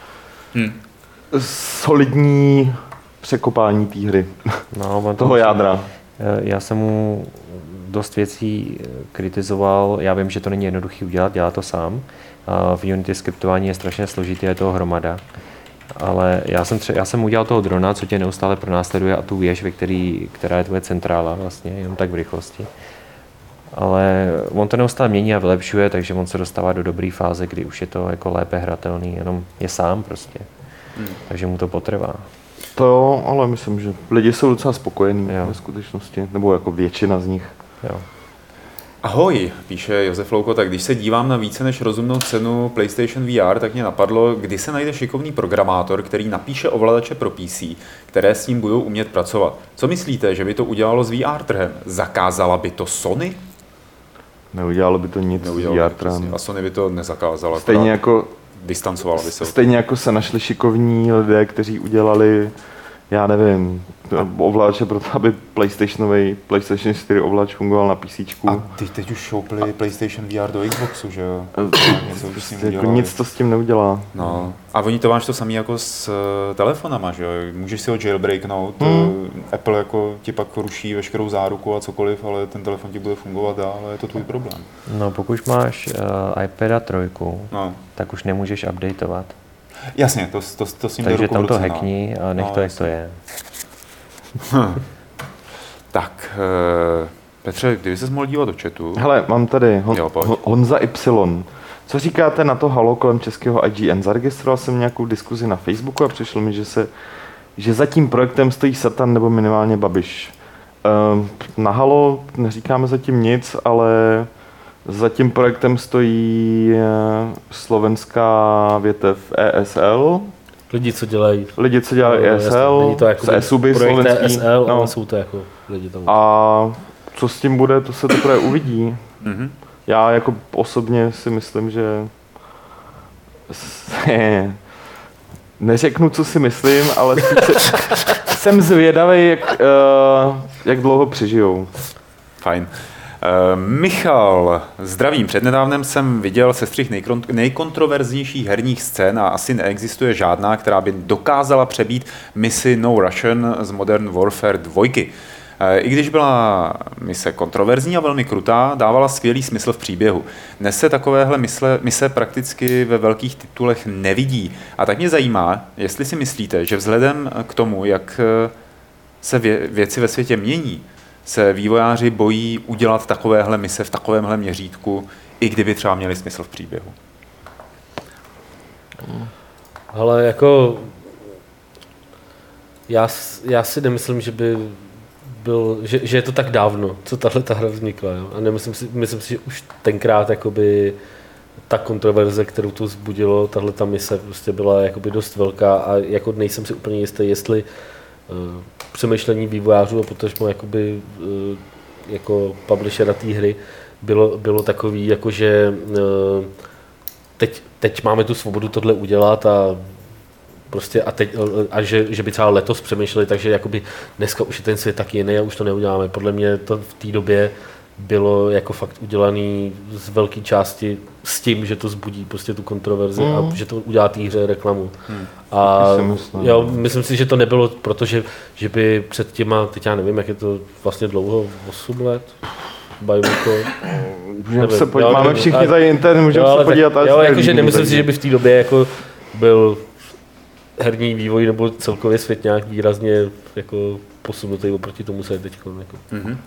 solidní překopání té hry, No, toho jádra. Já jsem mu dost věcí kritizoval. Já vím, že to není jednoduchý udělat, dělá to sám. V Unity skriptování je strašně složitý, je toho hromada. Ale já jsem udělal toho drona, co tě neustále pronásleduje a tu věž, která je tvoje centrála vlastně, jenom tak v rychlosti. Ale on to neustále mění a vylepšuje, takže on se dostává do dobré fáze, kdy už je to jako lépe hratelný, jenom je sám prostě. Takže mu to potrvá. To jo, ale myslím, že lidi jsou docela spokojení Jo. ve skutečnosti, nebo jako většina z nich. Jo. Ahoj, píše Josef Louko, tak když se dívám na více než rozumnou cenu PlayStation VR, tak mě napadlo, kdy se najde šikovný programátor, který napíše ovladače pro PC, které s ním budou umět pracovat. Co myslíte, že by to udělalo s VR trhem? Zakázala by to Sony? Neudělalo by to nic s VR trhem. A Sony by to nezakázala. Stejně jako, distancovala by se. stejně jako se našli šikovní lidé, kteří udělali, já nevím, ovladače pro to, aby PlayStation 4 ovladač fungoval na PC. A teď už šoupli PlayStation VR do Xboxu, že jo? Něco už s tím Jako udělali. nic to s tím neudělá. No. A oni to máš to samý jako s telefonama, že jo? Můžeš si ho jailbreaknout, Apple jako ti pak ruší veškerou záruku a cokoliv, ale ten telefon ti bude fungovat dál, ale je to tvůj problém. No, pokud máš iPada 3, No. tak už nemůžeš updateovat. Jasně, to s tím jde Takže ruku v tam to ruce, no. hackni a nech No, to, jak to je. Tak, Petře, kdyby ses mohl dívat do chatu. Hele, mám tady Jo, pojď. Honza Y. Co říkáte na to halo kolem českého IGN? Zaregistroval jsem nějakou diskuzi na Facebooku a přišlo mi, že za tím projektem stojí Satan nebo minimálně Babiš. Na halo neříkáme zatím nic, ale za tím projektem stojí slovenská větev ESL. Lidi, co dělají. Lidi, co dělají ESL, Není to jako z ESUBy projekt slovenský. ESL, No. ale jsou to jako lidi tam. A co s tím bude, to se teprve uvidí. Mhm. Já jako osobně si myslím, že neřeknu, co si myslím, ale jsem zvědavý, jak dlouho přežijou. Fajn. Michal, zdravím. Přednedávnem jsem viděl sestřih nejkontroverznějších herních scén a asi neexistuje žádná, která by dokázala přebít misi No Russian z Modern Warfare 2. I když byla mise kontroverzní a velmi krutá, dávala skvělý smysl v příběhu. Dnes se takovéhle mise prakticky ve velkých titulech nevidí. A tak mě zajímá, jestli si myslíte, že vzhledem k tomu, jak se věci ve světě mění, se vývojáři bojí udělat takovéhle mise v takovémhle měřítku, i kdyby třeba měli smysl v příběhu. Ale jako já si nemyslím, že by byl, že je to tak dávno, co tahle ta hra vznikla. Jo? A myslím si, že už tenkrát jakoby ta kontroverze, kterou to vzbudilo, tahle ta mise prostě byla jakoby dost velká a jako nejsem si úplně jistý, jestli přemýšlení vývojářů a potažmo jakoby jako publishera té hry bylo takový, jakože teď máme tu svobodu tohle udělat a prostě a že by třeba letos přemýšleli, takže jakoby dneska už je ten svět tak jiný a už to neuděláme. Podle mě to v té době bylo jako fakt udělaný z velké části s tím, že to zbudí prostě tu kontroverzi a že to udělá té hře reklamu. A jo, myslím si, že to nebylo, protože že by před těma, teď já nevím, jak je to vlastně dlouho, 8 let, Máme všichni tady internet, můžeme se podívat. Jakože nemyslím si, že by v té době jako byl herní vývoj nebo celkově svět nějak výrazně jako posunutý oproti tomu, co je teď. Jako.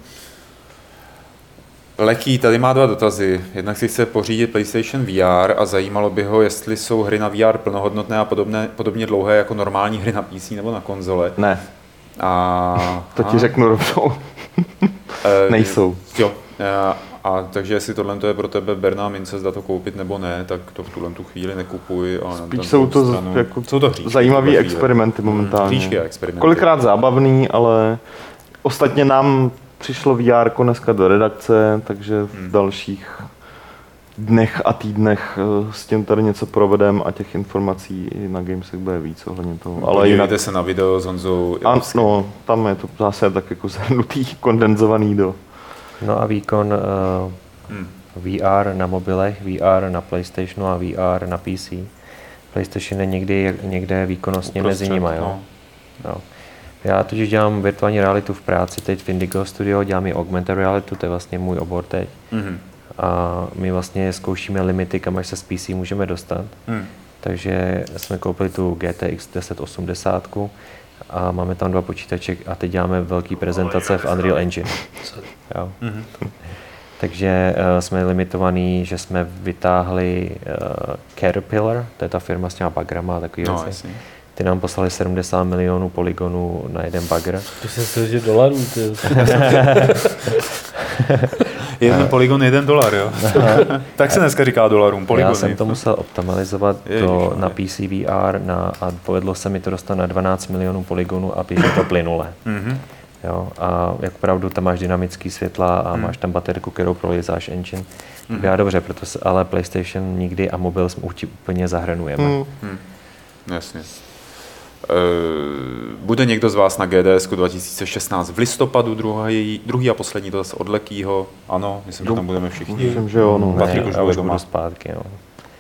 Leký tady má 2 dotazy. Jednak si chce pořídit PlayStation VR a zajímalo by ho, jestli jsou hry na VR plnohodnotné a podobně dlouhé jako normální hry na PC nebo na konzole. Ne. To ti řeknu rovnou. Nejsou. Jo. A takže jestli tohle je pro tebe berná mince, zda to koupit nebo ne, tak to v tu chvíli nekupuj. Spíš jsou to jako zajímavý experimenty momentálně. Hříšky a experimenty. Kolikrát zábavný, ale ostatně nám přišlo VR dneska do redakce, takže v dalších dnech a týdnech s tím tady něco provedeme a těch informací i na Gamesech bude víc ohledně toho. Ale jinak se na video s Honzou. No, tam je to zase tak jako zhrnutý, kondenzovaný do. No a výkon VR na mobilech, VR na PlayStationu a VR na PC. PlayStation je někde výkonnostně mezi nimi, jo. No. Já totiž dělám virtuální realitu v práci teď v Indigo Studio, dělám i augmented realitu, to je vlastně můj obor teď. A my vlastně zkoušíme limity, kam až se z PC můžeme dostat. Takže jsme koupili tu GTX 1080 a máme tam 2 počítače a teď děláme velký prezentace v Unreal Engine. Jo. Takže jsme limitovaní, že jsme vytáhli Caterpillar, to je ta firma s těma bagrama a takový věci. Ty nám poslali 70 milionů polygonů na jeden bagr. To se chce, že dolarů, ty. Jeden polygon, $1, jo? Tak se dneska říká dolarům, polygony. Já jsem to musel optimalizovat na PC VR a povedlo se mi to dostat na 12 milionů polygonů a běží to plynule. Jo, a jak opravdu tam máš dynamický světla a máš tam baterku, kterou prolizáš engine. Já dobře, ale PlayStation nikdy a mobil jsme úplně zahrnujeme. Jasně. Bude někdo z vás na GDS 2016 v listopadu, druhý a poslední dotaz od Lekýho? Ano, myslím, že tam budeme všichni. Myslím, že jo. Patrik už bude doma. Zpátky, jo.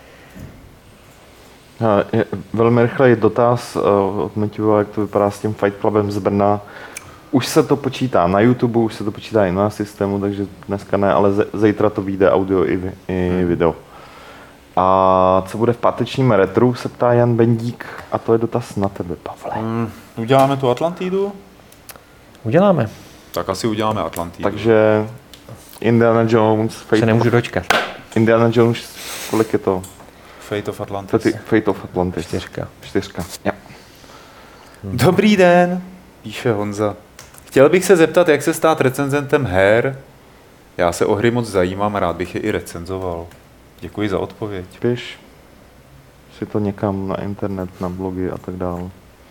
Velmi rychlej dotaz od Matěva, jak to vypadá s tím Fight Clubem z Brna. Už se to počítá na YouTube, už se to počítá i na systému, takže dneska ne, ale zítra to vyjde audio i video. A co bude v pátečním retru, se ptá Jan Bendík a to je dotaz na tebe, Pavle. Uděláme tu Atlantidu? Uděláme. Tak asi uděláme Atlantidu. Takže Indiana Jones... Se nemůžu dočkat. Indiana Jones, kolik je to? Fate of Atlantis. Fate of Atlantis. 4. Ja. Dobrý den, píše Honza. Chtěl bych se zeptat, jak se stát recenzentem her. Já se o hry moc zajímám a rád bych je i recenzoval. Děkuji za odpověď. Píš si to někam na internet, na blogy a tak dále.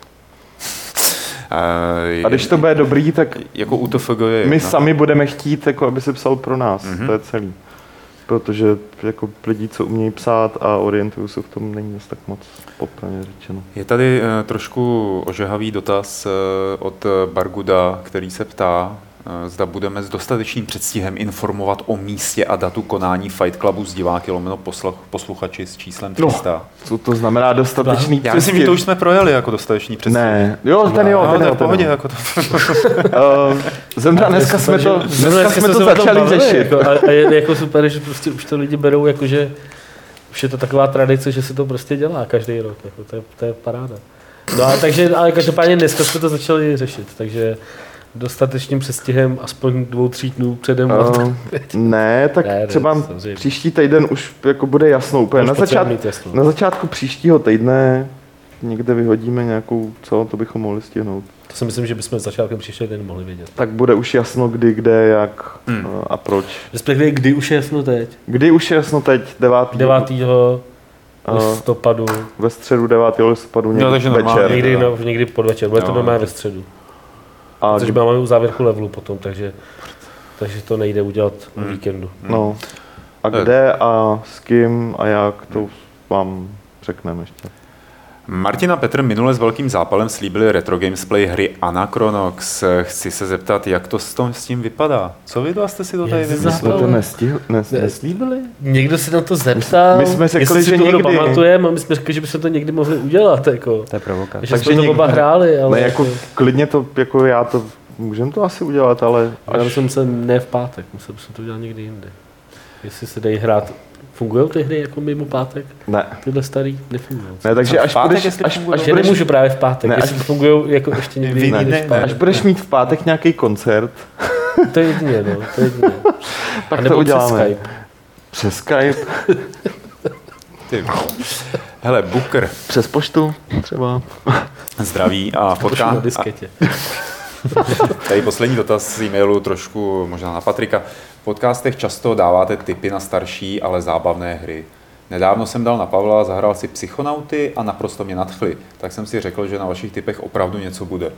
A když to bude dobrý, tak jako UTFG je my sami budeme chtít, jako aby se psal pro nás. To je celý. Protože jako lidi, co umějí psát a orientují se v tom, není dost tak moc popravně řečeno. Je tady trošku ožehavý dotaz od Barguda, který se ptá, zda budeme s dostatečným předstihem informovat o místě a datu konání Fight Clubu s diváky posluchači s číslem 300. No, co to znamená dostatečný předstih? Já myslím, že to už jsme projeli jako dostatečný předstih. Ne, jo, ten jo. V pohodě. Jako to. Zemra, dneska jsme to začali řešit. A je jako super, že prostě už to lidi berou, jakože už je to taková tradice, že se to prostě dělá každý rok. Jako, to je paráda. No a takže, ale každopádně dneska jsme to začali řešit, takže dostatečným předstihem aspoň 2-3 dnů předem. Ne, tak třeba příští týden už jako bude jasno úplně. Na začátku příštího týdne někde vyhodíme nějakou, to bychom mohli stihnout. To si myslím, že bychom začátkem příští den mohli vědět. Tak bude už jasno kdy, kde, jak a proč. Respektive kdy už je jasno teď? Kdy už je jasno teď? 9. listopadu. Ve středu 9. listopadu někdy večer. Někdy podvečer, bude to normálně ve středu. A Což máme u závěrku levelu potom, takže to nejde udělat o víkendu. no, a kde a s kým a jak, to vám řekneme ještě. Martin a Petr minule s velkým zápalem slíbili retro gamesplay hry Anachronox. Chci se zeptat, jak to s tím vypadá. Co vy jste si to tady Jak se vymysleli? zápal? Neslíbili? Někdo si na to zeptal, My jsme řekli, jestli si že to někdy. pamatujeme, a my jsme řekli, že bychom to někdy mohli udělat. Jako. To je provokace. Že jsme to oba hráli, ale Ne, jako klidně to, jako já to, můžeme to asi udělat, ale já myslím se ne v pátek, musel bych to udělat někdy jinde. Jestli se dají hrát, fungují ty hry jako mimo pátek? ne. Tyhle starý nefungují. Ne, takže A v až pátek, budeš, jestli až fungují? Že budeš, nemůžu právě v pátek, Ne, jestli fungují jako ještě někdy Vy jiný ne, než v ne. pátek. až budeš mít v pátek nějaký koncert, To je jedině, no, to je jedině. tak A to nebo přes uděláme. Skype. Přes Skype, Ty. Hele, Booker, přes poštu třeba. zdraví a Pošlu na podcast. disketě. Tady poslední dotaz z e-mailu, trošku možná na Patrika. V podcastech často dáváte tipy na starší, ale zábavné hry. Nedávno jsem dal na Pavla, zahrál si Psychonauty a naprosto mě nadchly. Tak jsem si řekl, že na vašich tipech opravdu něco bude.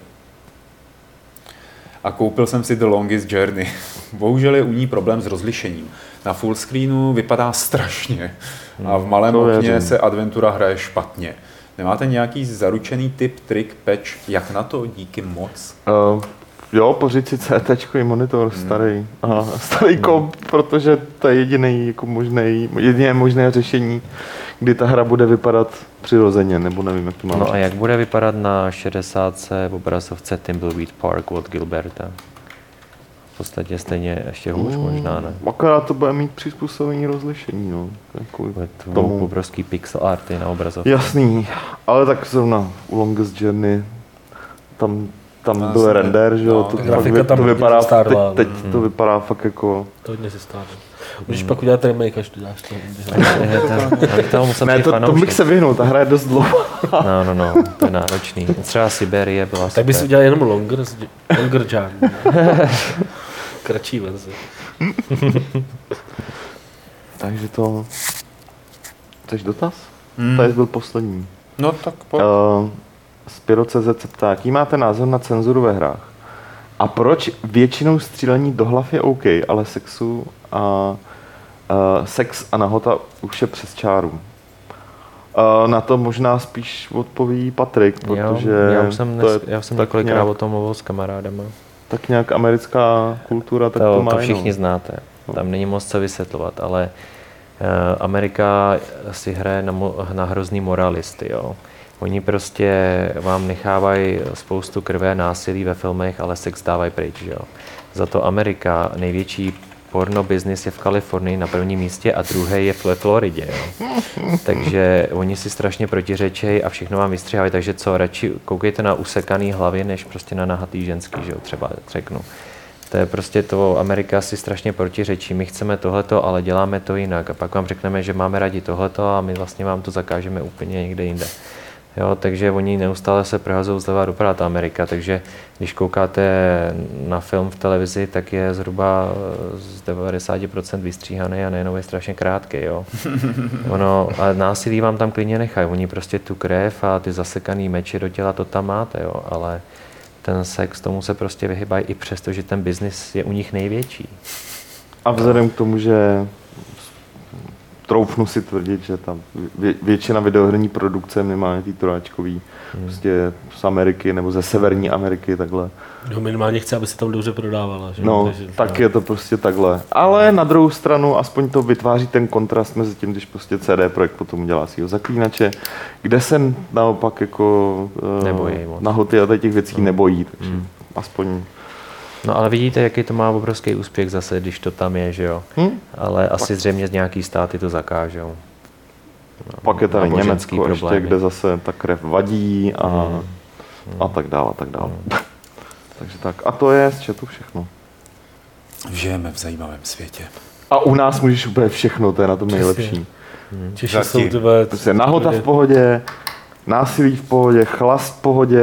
A koupil jsem si The Longest Journey. Bohužel je u ní problém s rozlišením. Na full screenu vypadá strašně a v malém to okně věřím. se adventura hraje špatně. Nemáte nějaký zaručený tip, trik, patch, jak na to? Díky moc. Jo, pořiď si CT monitor starý. Starý komp, protože to je jediné možné řešení, kdy ta hra bude vypadat přirozeně, nebo nevím, jak to mám. No a jak bude vypadat na 60 v obrazovce Thimbleweed Park od Gilberta? V podstatě stejně ještě hůř možná, ne? Akorát to bude mít přizpůsobení rozlišení, no. Jako Bude to tomu. obrovský pixel arty na obrazovce. Jasný, ale tak zrovna u Longest Journey tam byl Jasně. render, že jo, No, to, ta fakt grafika tam to hodně vypadá, zestárla, teď to vypadá fakt jako, To hodně se stává. Můžeš pak udělat remake, až to dáš to. To musel ne, být to fanoušek. bych se vyhnul, ta hra je dost dlouhá. No, to je náročný. Třeba Siberie byla Tak super. bys udělal jenom Longer Journey. Kratší verze. Takže to, chceš dotaz? Tady byl poslední. No tak pojď. Spiro.cz se ptá, jaký máte názor na cenzuru ve hrách? A proč většinou střílení do hlav je OK, ale sex a nahota už je přes čáru? Na to možná spíš odpoví Patrik, protože Já jsem tak několikrát nějak, o tom mluvil s kamarádama. tak nějak americká kultura, tak to má To jenom. všichni znáte. Tam není moc co vysvětlovat, ale Amerika si hraje na hrozný moralisty. Jo. Oni prostě vám nechávají spoustu krve, násilí ve filmech, ale sex dávají pryč. Jo. Za to Amerika, největší porno business je v Kalifornii na prvním místě a druhý je ve Floridě. Jo. Takže oni si strašně protiřečejí a všechno vám vystřihávají, takže co, radši koukejte na usekaný hlavy, než prostě na nahatý ženský, že jo, třeba řeknu. To je prostě to, Amerika si strašně protiřečí, my chceme tohleto, ale děláme to jinak a pak vám řekneme, že máme rádi tohleto a my vlastně vám to zakážeme úplně někde jinde. Jo, takže oni neustále se prohazují zleva doprava ta Amerika, takže když koukáte na film v televizi, tak je zhruba z 90% vystříhaný a nejenom je strašně krátký. Jo. A násilí vám tam klidně nechají, oni prostě tu krev a ty zasekaný meče do těla to tam máte, jo, ale ten sex tomu se prostě vyhybají i přesto, že ten biznis je u nich největší. A vzhledem k tomu, že troufnu si tvrdit, že tam většina videoherní produkce minimálně tý trojáčkový, prostě z Ameriky nebo ze Severní Ameriky, takhle. No minimálně chce, aby se tam dobře prodávala. Že? No, Takže, tak je to prostě takhle. Ale na druhou stranu aspoň to vytváří ten kontrast mezi tím, když prostě CD Projekt potom dělá svýho Zaklínače, kde se naopak jako Nebojí moc. nahoty a těch věcí nebojí, takže aspoň. No ale vidíte, jaký to má obrovský úspěch zase, když to tam je, že jo. Ale asi zřejmě z nějaký státy to zakážou. Pak je tady náboženský Německo ještě, problémy. kde zase ta krev vadí a tak dále, a tak dále. Takže tak. A to je z chatu všechno. Žijeme v zajímavém světě. A u nás můžeš úplně všechno, to je na tom nejlepší. Češi Taky. jsou tebe... Prostě nahota v pohodě, násilí v pohodě, chlast v pohodě,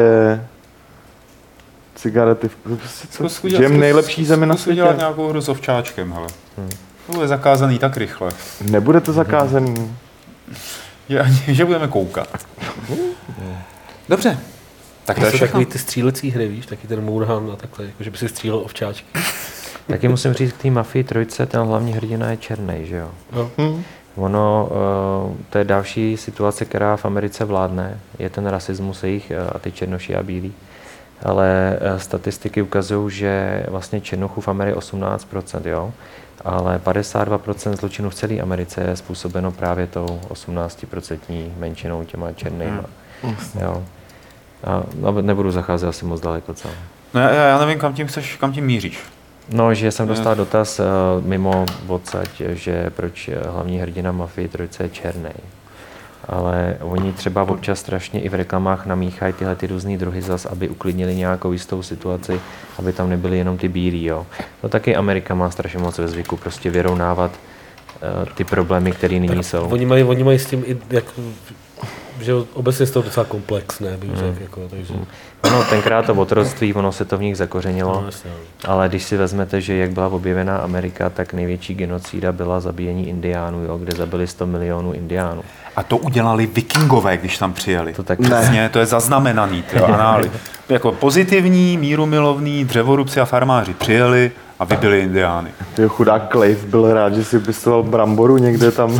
cigarety v pohodě. Žijeme nejlepší zemi na Zkus udělat světě. nějakou hru s ovčáčkem, hele. To je zakázaný tak rychle, Nebude to zakázaný. že budeme koukat. Dobře, Tak to je jsou všechno. takový ty střílecí hry, víš, taky ten Moorhan a takhle, jako že by si střílel ovčáčky. Taky musím říct, k té Mafii 3, ten hlavní hrdina je černý, že jo? No. Ono, to je další situace, která v Americe vládne, je ten rasismus jejich a ty černoši a bílí. Ale statistiky ukazují, že vlastně černochů v Americe 18%, jo? Ale 52% zločinů v celé Americe je způsobeno právě tou 18% menšinou těma černýma. Jo? A nebudu zacházet asi moc daleko, co? No já nevím, kam tím míříš. No, že jsem dostal dotaz mimo odsaď, že proč hlavní hrdina Mafii 3 je černý. Ale oni třeba občas strašně i v reklamách namíchají tyhle ty různý druhy zas, aby uklidnili nějakou jistou situaci, aby tam nebyly jenom ty bílí, jo. No taky Amerika má strašně moc ve zvyku prostě vyrovnávat ty problémy, které nyní jsou. Oni mají s tím i jako, že obecně je to docela komplexné, bych řekl, jako, takže... Ono tenkrát to otroctví, ono se to v nich zakořenilo, No, jasně. ale když si vezmete, že jak byla objevená Amerika, tak největší genocída byla zabíjení indiánů, jo, kde zabili 100 milionů indiánů. A to udělali vikingové, když tam přijeli. To tak Přesně, to je zaznamenaný, anály. Jako pozitivní, mírumilovní dřevorubci a farmáři přijeli a vybili indiány. Ty chudák Clive byl rád, že si pěstoval bramboru někde tam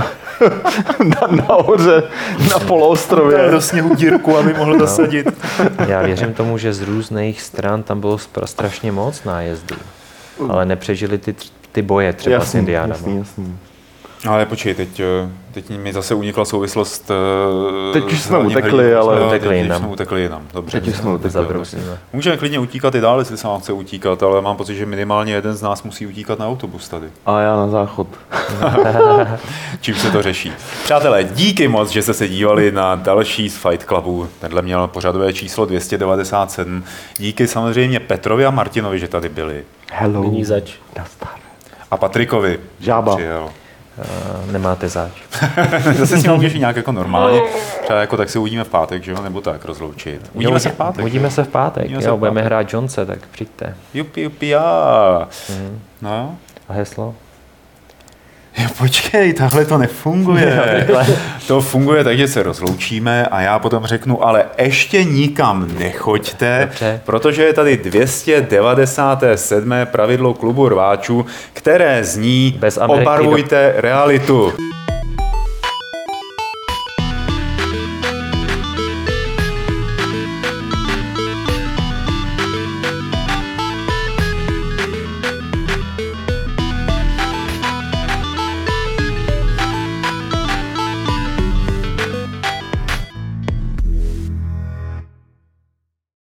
nahoře na poloostrově. Do sněhu dírku, aby mohl dosadit. Já věřím tomu, že z různých stran tam bylo strašně moc nájezdů, ale nepřežili ty boje třeba s indiánama. Jasný. Ale počkej, teď mi zase unikla souvislost. Teď už s jsme hlavním utekli, hrdinou. ale- No, Utekli teď jinam. jsme utekli jinam. Dobře. Teď už jsme utekli. Zabrousíme. Můžeme klidně utíkat i dál, jestli se vám chce utíkat, ale mám pocit, že minimálně jeden z nás musí utíkat na autobus tady. A já na záchod. Čím se to řeší. Přátelé, díky moc, že jste se dívali na další z Fight Clubu. Tenhle měl pořadové číslo 297. Díky samozřejmě Petrovi a Martinovi, že tady byli. Hello. Není zač. Nastar. A Patrikovi. Žába. Přijel. Nemáte zač. Zase s ním můžeš nějak jako normálně. Třeba jako tak se uvidíme v pátek, že jo? Nebo tak rozloučit. Uvidíme se v pátek. Uvidíme se v pátek, Uvidíme se jo, v budeme pátek. hrát Jonese, tak přijďte. Jupi, já. No. A heslo? Jo, počkej, takhle to nefunguje. To funguje tak, že se rozloučíme a já potom řeknu, ale ještě nikam nechoďte, Dobře. protože je tady 297. pravidlo klubu rváčů, které zní Bez Ameriky obarvujte realitu.